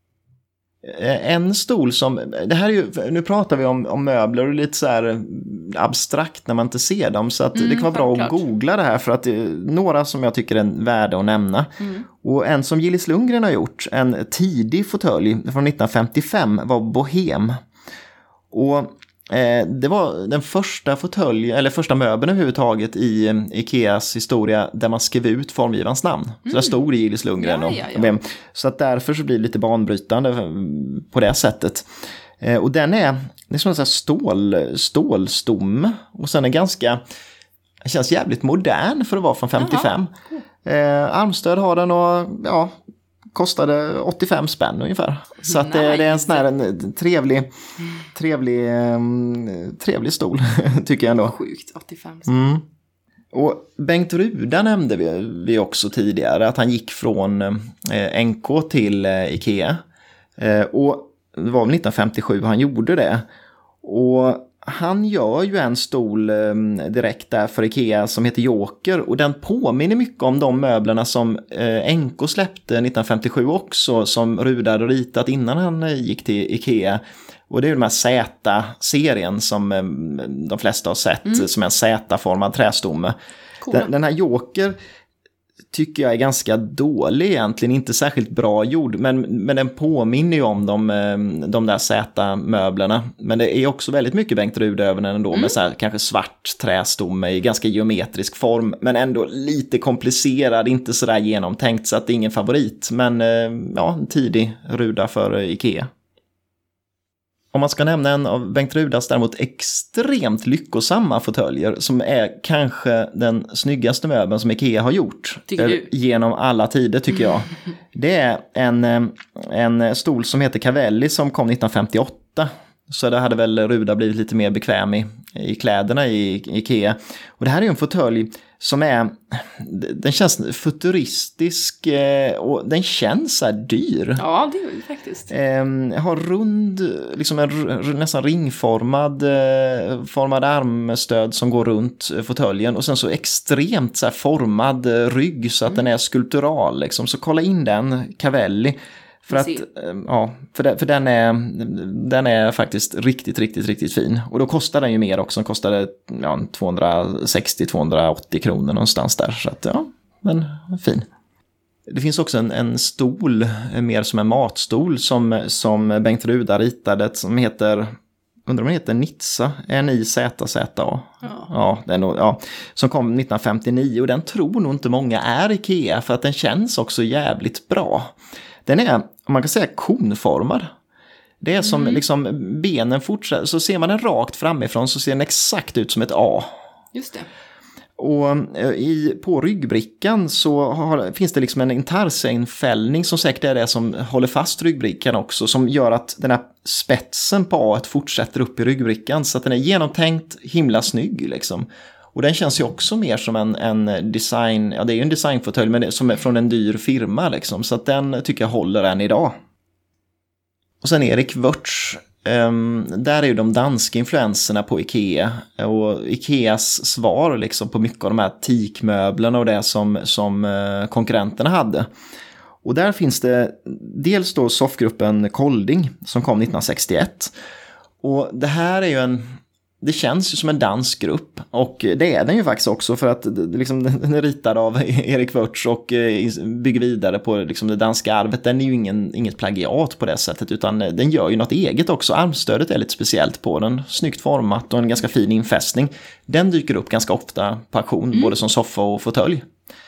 En stol som, det här är ju, nu pratar vi om, om möbler och lite så här abstrakt när man inte ser dem så att mm, det kan vara bra att googla det här för att det är några som jag tycker är en värde att nämna. Mm. Och en som Gillis Lundgren har gjort, en tidig fåtölj från nittonhundrafemtiofem var Bohem. Och Eh, det var den första fåtölj eller första möbeln överhuvudtaget i eh, Ikeas historia där man skrev ut formgivarens namn. Mm. Så det stod i Gillis Lundgren. Ja, ja, ja. Och, så att därför så blir det lite banbrytande på det sättet. Eh, och den är, det är som en sån här stål, stålstomme och sen är ganska, det känns jävligt modern för att vara från femtiofem. Eh, armstöd har den och ja, kostade åttiofem spänn ungefär. Så att nice. det, det är en sån här en trevlig, trevlig, um, trevlig stol tycker jag ändå. Sjukt, åttiofem spänn. Mm. Och Bengt Ruda nämnde vi, vi också tidigare att han gick från eh, N K till eh, Ikea. Eh, och det var väl nittonhundrafemtiosju han gjorde det. Och han gör ju en stol eh, direkt där för Ikea som heter Joker och den påminner mycket om de möblerna som eh, N K släppte nittonhundrafemtiosju också som Ruda hade ritat innan han eh, gick till Ikea. Och det är ju den här Z-serien som eh, de flesta har sett mm. som en Z-formad trästomme. Cool. Den, den här Joker tycker jag är ganska dålig egentligen, inte särskilt bra gjord, men, men den påminner ju om de, de där Z-möblerna. Men det är också väldigt mycket Bengt Ruda över den ändå, mm. med så här, kanske svart trästomme i ganska geometrisk form, men ändå lite komplicerad, inte så där genomtänkt så att det är ingen favorit. Men ja, en tidig Ruda för Ikea. Om man ska nämna en av Bengt Rudas däremot extremt lyckosamma fåtöljer som är kanske den snyggaste möbeln som Ikea har gjort genom alla tider tycker jag. Det är en, en stol som heter Cavelli som kom nittonhundrafemtioåtta. Så det hade väl Ruda blivit lite mer bekväm i, i kläderna i Ikea. Och det här är ju en fåtölj som är, den känns futuristisk och den känns så här dyr. Ja, det är ju faktiskt. Eh, har rund, liksom en nästan ringformad eh, formad armstöd som går runt fåtöljen och sen så extremt så här formad rygg så att mm. den är skulptural liksom. Så kolla in den, Cavelli. För att, ja, för, det, för den, är, den är faktiskt riktigt, riktigt, riktigt fin. Och då kostar den ju mer också. Den kostade ja, tvåhundrasextio till tvåhundraåttio kronor någonstans där. Så att ja, men fin. Det finns också en, en stol, mer som en matstol, som, som Bengt Ruda ritade, som heter, undrar om den heter Nitsa, N I Z Z A. Ja. Ja, den, ja, som kom nittonhundrafemtionio och den tror nog inte många är Ikea för att den känns också jävligt bra. Den är, om man kan säga, konformad. Det är som mm. liksom benen fortsätter. Så ser man den rakt framifrån så ser den exakt ut som ett A. Just det. Och i, på ryggbrickan så har, finns det liksom en intarseinfällning som säkert är det som håller fast ryggbrickan också. Som gör att den här spetsen på A fortsätter upp i ryggbrickan. Så att den är genomtänkt, himla snygg liksom. Och den känns ju också mer som en, en design, ja det är ju en designfåtölj men det, som är från en dyr firma liksom. Så att den tycker jag håller än idag. Och sen Erik Wörts, um, där är ju de danska influenserna på Ikea. Och Ikeas svar liksom på mycket av de här teakmöblerna och det som, som uh, konkurrenterna hade. Och där finns det dels då soffgruppen Kolding som kom nittonhundrasextioett. Och det här är ju en, det känns ju som en dansk grupp. Och det är den ju faktiskt också för att liksom, den är ritad av Erik Wörtz och bygger vidare på liksom, det danska arvet. Den är ju ingen, inget plagiat på det sättet utan den gör ju något eget också. Armstödet är lite speciellt på den. Snyggt format och en ganska fin infästning. Den dyker upp ganska ofta på auktion, mm. både som soffa och fåtölj.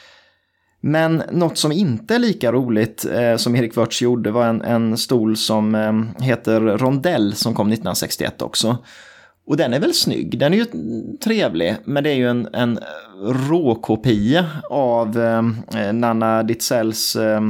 Men något som inte är lika roligt eh, som Erik Wörtz gjorde var en, en stol som eh, heter Rondell som kom nittonhundrasextioett också. Och den är väl snygg, den är ju trevlig, men det är ju en, en råkopia av eh, Nanna Ditzells eh,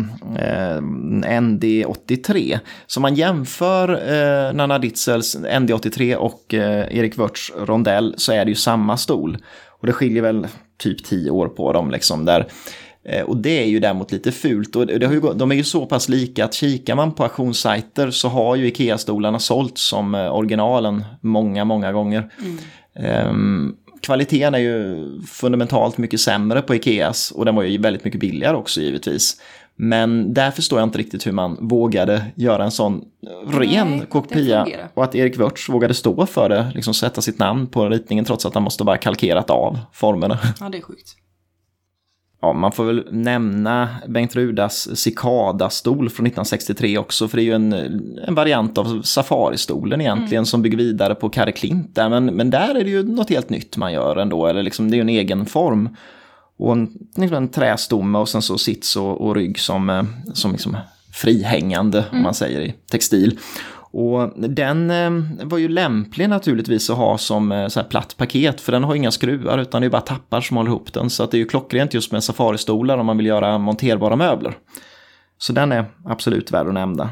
N D åttiotre. Så man jämför eh, Nanna Ditzells N D åttiotre och eh, Erik Wörtz Rondell så är det ju samma stol. Och det skiljer väl typ tio år på dem liksom där. Och det är ju däremot lite fult och det har ju, de är ju så pass lika att kikar man på auktionssajter så har ju IKEA-stolarna sålts som originalen många, många gånger. Mm. Um, kvaliteten är ju fundamentalt mycket sämre på IKEAs och den var ju väldigt mycket billigare också givetvis. Men där förstår jag inte riktigt hur man vågade göra en sån ren Nej, kopia och att Erik Wörtz vågade stå för det, liksom sätta sitt namn på ritningen trots att han måste bara kalkerat av formerna. Ja, det är sjukt. Ja, man får väl nämna Bengt Rudas Cicada-stol från nittonhundrasextiotre också, för det är ju en, en variant av Safari-stolen egentligen mm. som bygger vidare på Karre Klint där, men, men där är det ju något helt nytt man gör ändå, eller liksom det är ju en egen form och en, liksom en trästomme och sen så sits och, och rygg som, som liksom frihängande mm. om man säger i textil. Och den eh, var ju lämplig naturligtvis att ha som eh, så här platt paket för den har inga skruvar utan det är bara tappar som håller ihop den så att det är ju klockrent just med safaristolar om man vill göra monterbara möbler. Så den är absolut värd att nämna.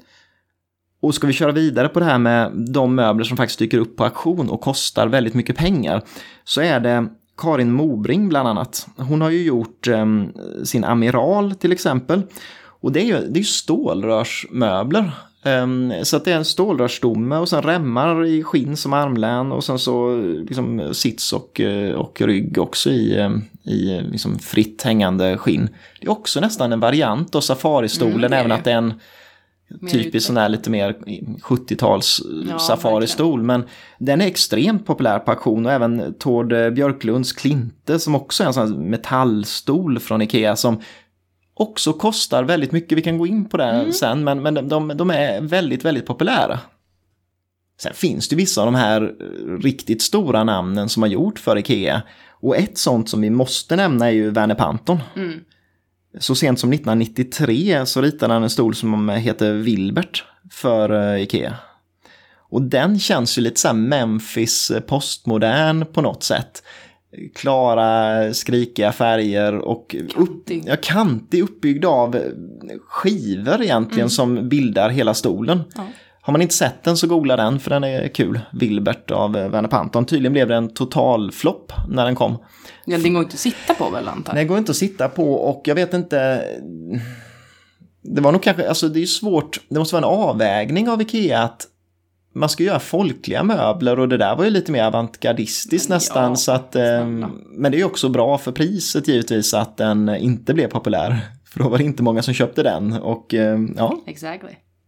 Och ska vi köra vidare på det här med de möbler som faktiskt dyker upp på auktion och kostar väldigt mycket pengar så är det Karin Mobring bland annat. Hon har ju gjort eh, sin Amiral till exempel och det är ju, det är ju stålrörsmöbler. Um, så att det är en stålrörsstomme och sen remmar i skinn som armlän och sen så liksom sits och, och rygg också i, i liksom fritt hängande skinn. Det är också nästan en variant av safaristolen mm, det även det. Att det är en typisk sån här lite mer sjuttio-tals ja, safaristol men den är extremt populär på auktion och även Tord Björklunds Klinte som också är en sån här metallstol från IKEA som också kostar väldigt mycket, vi kan gå in på det mm. sen, men, men de, de är väldigt, väldigt populära. Sen finns det vissa av de här riktigt stora namnen som har gjort för IKEA. Och ett sånt som vi måste nämna är ju Werner Panton. Mm. Så sent som nittonhundranittiotre så ritade han en stol som heter Wilbert för IKEA. Och den känns ju lite så här Memphis postmodern på något sätt. Klara, skrikiga färger och kantig. Upp, ja, kantig uppbyggd av skivor egentligen mm. som bildar hela stolen. Ja. Har man inte sett den så googla den för den är kul. Wilbert av Werner Panton. Tydligen blev det en total flopp när den kom. Ja, den går inte att sitta på väl antar. Den går inte att sitta på och jag vet inte... Det var nog kanske, alltså det är ju svårt, det måste vara en avvägning av IKEA att man ska göra folkliga möbler och det där var ju lite mer avantgardistiskt men, nästan ja, så att, eh, men det är ju också bra för priset givetvis att den inte blev populär för då var det inte många som köpte den och eh, ja. Exactly.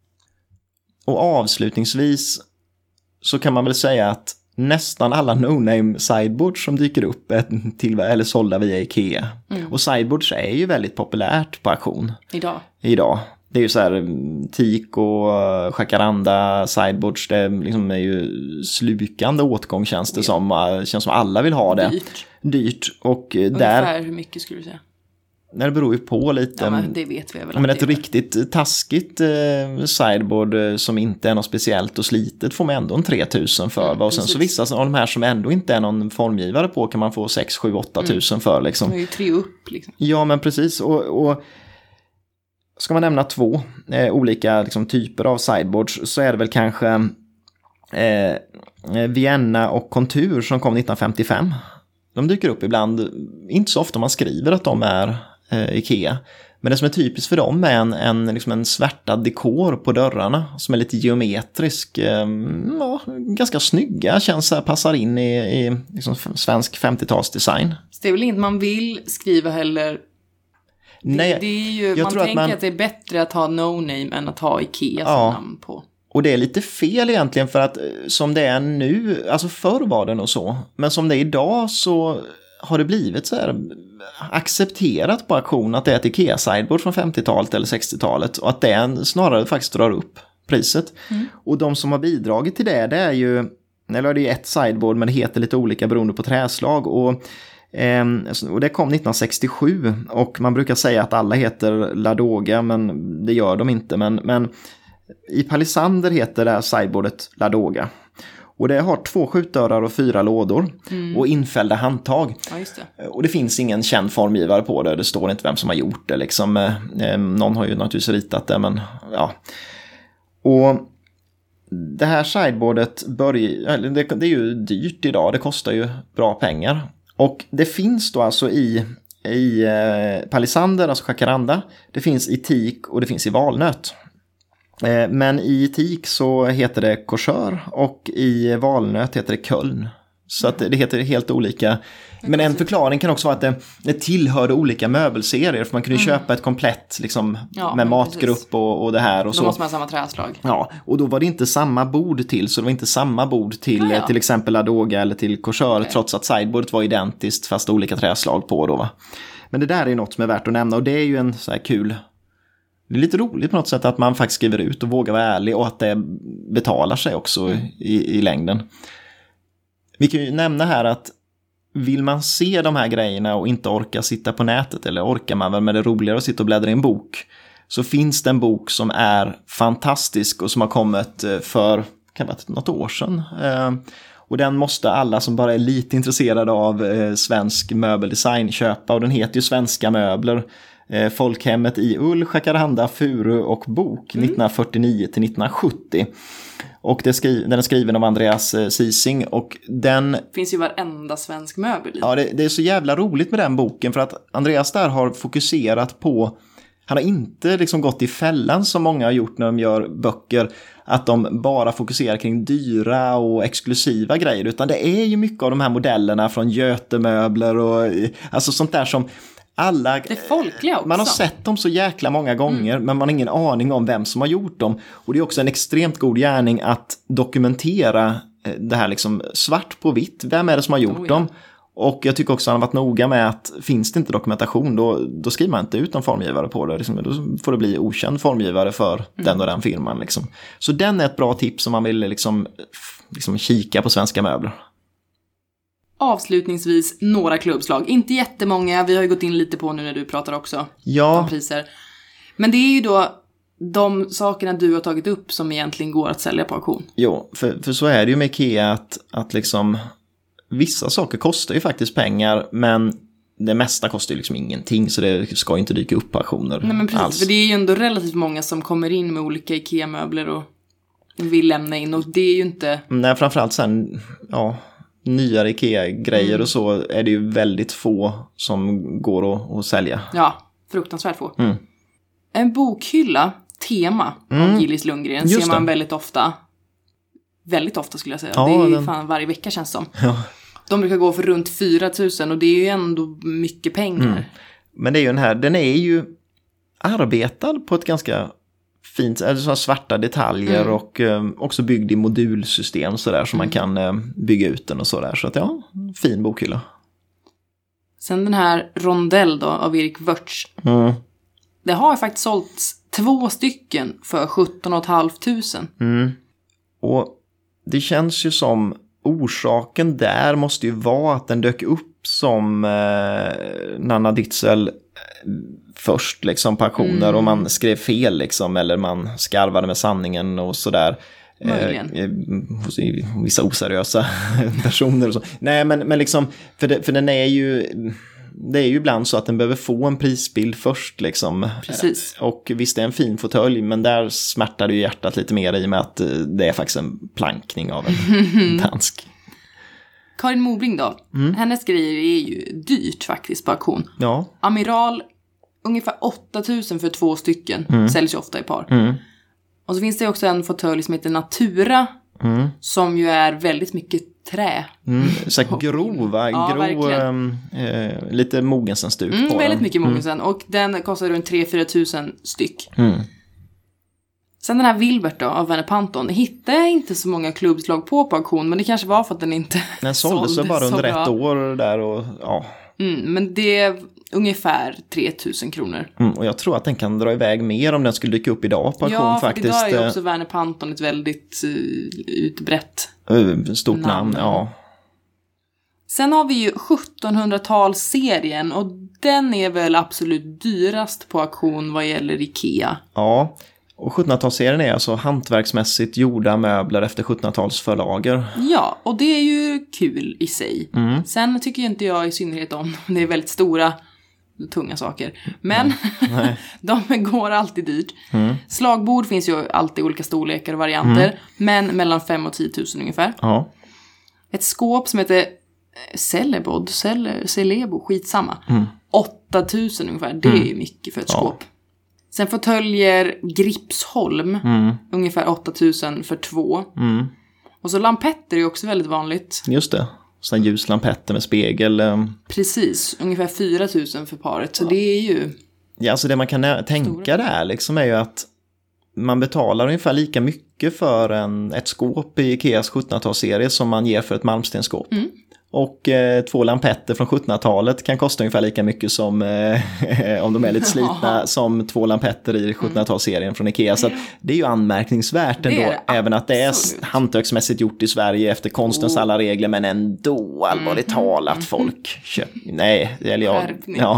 Och avslutningsvis så kan man väl säga att nästan alla no-name sideboards som dyker upp är till, eller sålda via IKEA. Mm. Och sideboards är ju väldigt populärt på auktion. Idag. Idag. Det är ju så här teak och jacaranda sideboards, det liksom är ju slukande åtgång känns det som. Det känns som alla vill ha det. Dyrt. Dyrt. Och ungefär där, hur mycket skulle du säga? Det beror ju på lite. Ja, men det vet vi väl. Men ett riktigt taskigt eh, sideboard eh, som inte är något speciellt och slitet får man ändå en tre tusen för. Mm, och sen så vissa av de här som ändå inte är någon formgivare på kan man få sex, sju, åtta tusen mm. för. Liksom. Det är ju tre upp liksom. Ja, men precis. Och... och ska man nämna två eh, olika liksom, typer av sideboards så är det väl kanske eh, Vienna och Kontur som kom nittonhundrafemtiofem. De dyker upp ibland, inte så ofta man skriver att de är eh, IKEA. Men det som är typiskt för dem är en, en, liksom en svärtad dekor på dörrarna som är lite geometrisk. Eh, ja, ganska snygga, känns så här, passar in i, i liksom, svensk femtiotalsdesign. Så det är väl inte man vill skriva heller. Nej, det, det är ju, man tänker att, man... att det är bättre att ha No Name än att ha Ikea som ja. namn på. Och det är lite fel egentligen för att som det är nu, alltså förr var det nog så. Men som det är idag så har det blivit så här accepterat på auktion att det är ett Ikea-sideboard från femtiotalet eller sextiotalet. Och att det snarare faktiskt drar upp priset. Mm. Och de som har bidragit till det, det är ju, eller det är ett sideboard men det heter lite olika beroende på träslag. Och, eh, och det kom nittonhundrasextiosju och man brukar säga att alla heter Ladoga men det gör de inte. Men, men i Palisander heter det här sideboardet Ladoga. Och det har två skjutdörrar och fyra lådor. Mm. Och infällda handtag. Ja, just det. Och det finns ingen känd formgivare på det. Det står inte vem som har gjort det. Liksom. Eh, någon har ju naturligtvis ritat det. Men ja. Och det här sideboardet börjar, det, det är ju dyrt idag. Det kostar ju bra pengar. Och det finns då alltså i, i eh, Palisander, alltså jacaranda. Det finns i teak och det finns i valnöt. Men i teak så heter det korsör och i valnöt heter det köln. Så att det heter helt olika. Men en förklaring kan också vara att det, det tillhörde olika möbelserier. För man kunde mm. köpa ett komplett liksom, ja, med matgrupp och, och det här. Och då så. måste man ha samma träslag. Ja, och då var det inte samma bord till. Så det var inte samma bord till ah, ja. till exempel Ladoga eller till korsör. Okay. Trots att sideboardet var identiskt fast olika träslag på då va. Men det där är något som är värt att nämna. Och det är ju en så här kul... Det är lite roligt på något sätt att man faktiskt skriver ut och vågar vara ärlig och att det betalar sig också mm. i, i längden. Vi kan ju nämna här att vill man se de här grejerna och inte orka sitta på nätet eller orkar man väl med det roligare att sitta och bläddra i en bok så finns det en bok som är fantastisk och som har kommit för kan vara något år sedan. Och den måste alla som bara är lite intresserade av svensk möbeldesign köpa och den heter ju Svenska möbler. Folkhemmet i ull, jacaranda, furu och bok mm. nittonhundrafyrtionio till nittonhundrasjuttio. Och det skri- den är skriven av Andreas Sising och den... Finns ju varenda svensk möbel i. Ja, det, det är så jävla roligt med den boken för att Andreas där har fokuserat på... Han har inte liksom gått i fällan som många har gjort när de gör böcker att de bara fokuserar kring dyra och exklusiva grejer utan det är ju mycket av de här modellerna från Götemöbler och alltså sånt där som... Alla, det är folkliga också. Man har sett dem så jäkla många gånger mm. men man har ingen aning om vem som har gjort dem. Och det är också en extremt god gärning att dokumentera det här liksom svart på vitt. Vem är det som har gjort oh, ja. dem? Och jag tycker också att han har varit noga med att finns det inte dokumentation då, då skriver man inte ut en formgivare på det. Liksom, då får det bli okänd formgivare för mm. den och den firman. Liksom. Så den är ett bra tips om man vill liksom, liksom kika på svenska möbler. Avslutningsvis några klubbslag. Inte jättemånga, vi har ju gått in lite på nu när du pratar också ja. om priser. Men det är ju då de sakerna du har tagit upp som egentligen går att sälja på auktion. Jo, för, för så är det ju med Ikea att, att liksom vissa saker kostar ju faktiskt pengar men det mesta kostar ju liksom ingenting så det ska ju inte dyka upp på auktioner. Nej men precis, alls. För det är ju ändå relativt många som kommer in med olika Ikea-möbler och vill lämna in och det är ju inte... Nej, framförallt sen, ja... nyare Ikea-grejer mm. och så är det ju väldigt få som går att, att sälja. Ja, fruktansvärt få. Mm. En bokhylla, tema mm. av Gillis Lundgren Just ser man det. väldigt ofta. Väldigt ofta skulle jag säga. Ja, det är den... fan varje vecka känns som. Ja. De brukar gå för runt fyra tusen och det är ju ändå mycket pengar. Mm. Men det är ju den här, den är ju arbetad på ett ganska fint, alltså svarta detaljer mm. och eh, också byggd i modulsystem så där så mm. man kan eh, bygga ut den och så där. Så att ja, fin bokhylla. Sen den här Rondell då av Erik Wörts. Mm. Det har faktiskt sålts två stycken för sjutton och ett halvt tusen. Mm. Och det känns ju som orsaken där måste ju vara att den dök upp som eh, Nanna Ditzel först liksom på auktioner mm. och man skrev fel liksom eller man skarvade med sanningen och sådär. Eh, hos vissa oseriösa personer och så. Nej men, men liksom för, det, för den är ju det är ju ibland så att den behöver få en prisbild först liksom. Precis. Och visst det är en fin fåtölj men där smärtar det ju hjärtat lite mer i och med att det är faktiskt en plankning av en dansk. Karin Mobling då, mm. hennes grejer är ju dyrt faktiskt på auktion. Ja. Amiral, ungefär åtta tusen för två stycken, mm. säljs ju ofta i par. Mm. Och så finns det också en fåtölj som heter Natura, mm. som ju är väldigt mycket trä. Mm, så här grova, Ja, grov, eh, lite Mogensen-stuk Mm, på väldigt den. mycket Mogensen. Mm. Och den kostar runt tre till fyra tusen styck. Mm. Sen den här Wilbert då, av Werner Panton. Hittade jag inte så många klubbslag på på auktion. Men det kanske var för att den inte Den såldes så bara under så ett år där och ja. Mm, men det är ungefär tre tusen kronor. Mm, och jag tror att den kan dra iväg mer om den skulle dyka upp idag på auktion ja, faktiskt. Ja, idag är ju också Werner Panton ett väldigt uh, utbrett uh, stort namn. namn, ja. Sen har vi ju sjuttonhundratalsserien och den är väl absolut dyrast på auktion vad gäller IKEA. Ja, och sjuttonhundratalsserien är alltså hantverksmässigt gjorda möbler efter sjuttonhundratalsförlager. Ja, och det är ju kul i sig. Mm. Sen tycker ju inte jag i synnerhet om, det är väldigt stora, tunga saker. Men mm. de går alltid dyrt. Mm. Slagbord finns ju alltid olika storlekar och varianter, mm. men mellan fem och tio tusen ungefär. Ja. Ett skåp som heter Cellebod, Cellebo, skitsamma. Mm. åtta tusen ungefär, det mm. är mycket för ett ja. skåp. Sen fåtöljer Gripsholm, mm. ungefär åtta tusen för två. Mm. Och så lampetter är också väldigt vanligt. Just det, sådana ljuslampetter med spegel. Precis, ungefär fyra tusen för paret, så ja. det är ju... Ja, alltså det man kan nä- tänka där liksom är ju att man betalar ungefär lika mycket för en, ett skåp i Ikeas sjuttonhundratalsserie som man ger för ett malmstenskåp. Mm. Och eh, två lampetter från sjuttonhundratalet kan kosta ungefär lika mycket som, eh, om de är lite slitna, som två lampetter i sjuttonhundratalsserien från Ikea. Så att det är ju anmärkningsvärt ändå, det även att det är hantverksmässigt gjort i Sverige efter konstens oh. alla regler, men ändå allvarligt mm. talat mm. folk. Köp, nej, eller jag... Ja.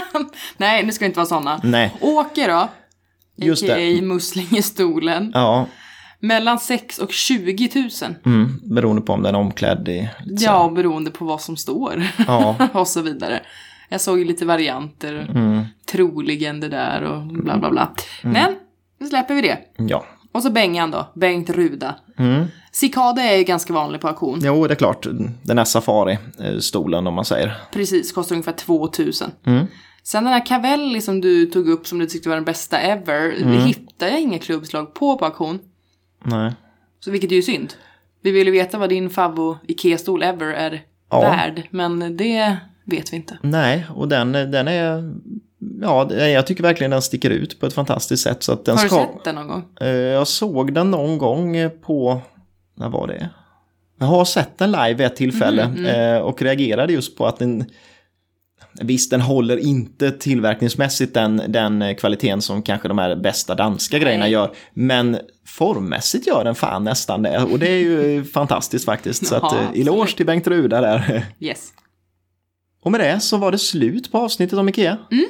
Nej, nu ska det inte vara sådana. Nej. Åke då, just det. I Muslingestolen. Ja. Mellan sex och tjugo tusen. Mm, beroende på om den är omklädd i... Ja, beroende på vad som står. Ja. Och så vidare. Jag såg ju lite varianter. Mm. Troligen det där och bla bla bla. Mm. Men, nu släpper vi det. Ja. Och så Bengan då. Bengt Ruda. Mm. Cicada är ju ganska vanlig på auktion. Jo, det är klart. Den här Safari-stolen om man säger. Precis, kostar ungefär två tusen. Mm. Sen den här Cavelli som du tog upp som du tyckte var den bästa ever. Mm. Hittar jag inga klubbslag på på auktion. Nej. Så vilket är ju synd. Vi vill ju veta vad din favvo Ikea-stol ever är ja. värd. Men det vet vi inte. Nej, och den, den är... Ja, jag tycker verkligen den sticker ut på ett fantastiskt sätt. Så att den har du ska, sett den någon gång? Jag såg den någon gång på... När var det? Jag har sett den live vid ett tillfälle. Mm, mm. Och reagerade just på att den... Visst, den håller inte tillverkningsmässigt den, den kvaliteten som kanske de här bästa danska Nej. grejerna gör. Men formmässigt gör den fan nästan det. Och det är ju fantastiskt faktiskt. Så att, ja, eloge till Bengt Ruda där. Yes. Och med det så var det slut på avsnittet om Ikea. Mm.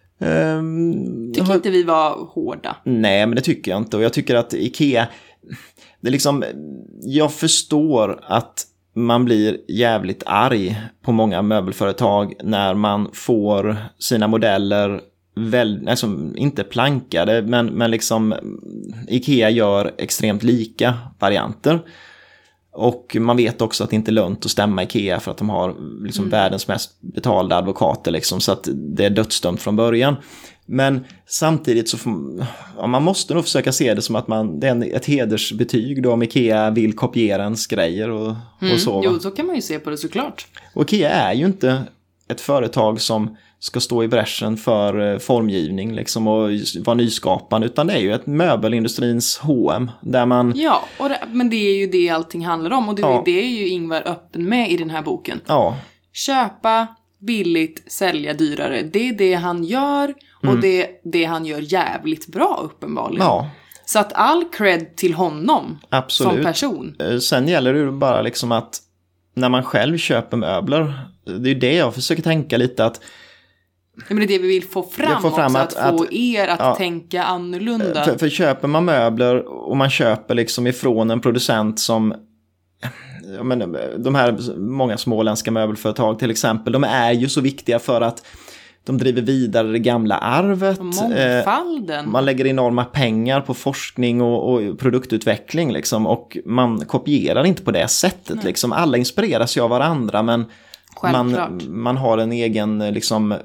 Um, tycker har... inte vi var hårda? Nej, men det tycker jag inte. Och jag tycker att Ikea... Det är liksom... Jag förstår att man blir jävligt arg på många möbelföretag när man får sina modeller väl, alltså, inte plankade, men, men liksom Ikea gör extremt lika varianter. Och man vet också att det inte är lönt att stämma Ikea för att de har liksom mm. världens mest betalda advokater liksom, så att det är dödsdömt från början. Men samtidigt så får, ja, man måste nog försöka se det som att man, det är ett hedersbetyg då om Ikea vill kopiera ens grejer och, mm. och så. Jo, så kan man ju se på det såklart. Och Ikea är ju inte ett företag som ska stå i bräschen för formgivning liksom och vara nyskapande, utan det är ju ett möbelindustrins H och M där man... Ja, och det, men det är ju det allting handlar om och det, ja. det är ju Ingvar öppen med i den här boken. Ja. Köpa billigt, sälja dyrare. Det är det han gör och mm. det är det han gör jävligt bra uppenbarligen. Ja. Så att all cred till honom Absolut. som person. Sen gäller det bara liksom att när man själv köper möbler, det är det jag försöker tänka lite att men det är det vi vill få fram, få fram också, att, att få att, er att ja, tänka annorlunda. För, för köper man möbler och man köper liksom ifrån en producent som jag menar, de här många småländska möbelföretag till exempel, de är ju så viktiga för att de driver vidare det gamla arvet. Mångfalden. Eh, man lägger enorma pengar på forskning och, och produktutveckling liksom, och man kopierar inte på det sättet. Liksom. Alla inspireras ju av varandra, men man, man har en egen liksom,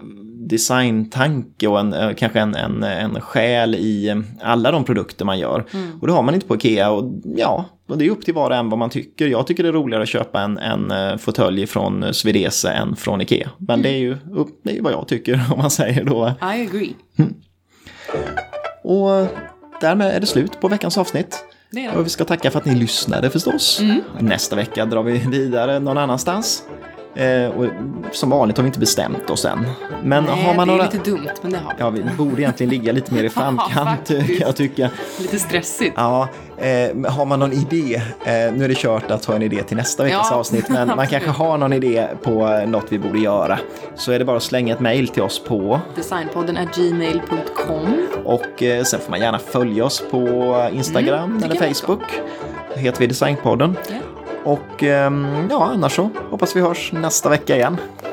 designtanke och en, eh, kanske en, en, en själ i eh, alla de produkter man gör. Mm. Och det har man inte på Ikea och ja, och det är upp till var och en vad man tycker. Jag tycker det är roligare att köpa en, en uh, fåtölj från Svedese än från Ikea. Men mm. det är ju det är ju vad jag tycker om man säger då. I agree. Mm. Och därmed är det slut på veckans avsnitt. Det är det. Och vi ska tacka för att ni lyssnade förstås. Mm. Nästa vecka drar vi vidare någon annanstans. Eh, och som vanligt har vi inte bestämt oss än. Men Nej, har man det är några... lite dumt, men det har vi. Ja, vi borde egentligen ligga lite mer i framkant kan jag tycka. Lite stressigt. Ja, eh, har man någon idé, eh, nu är det kört att ha en idé till nästa veckas ja, avsnitt, men man kanske har någon idé på något vi borde göra. Så är det bara att slänga ett mejl till oss på designpodden at gmail dot com. Och eh, sen får man gärna följa oss på Instagram mm, eller Facebook. Det heter vi Designpodden. Yeah. Och ja, annars så hoppas vi hörs nästa vecka igen.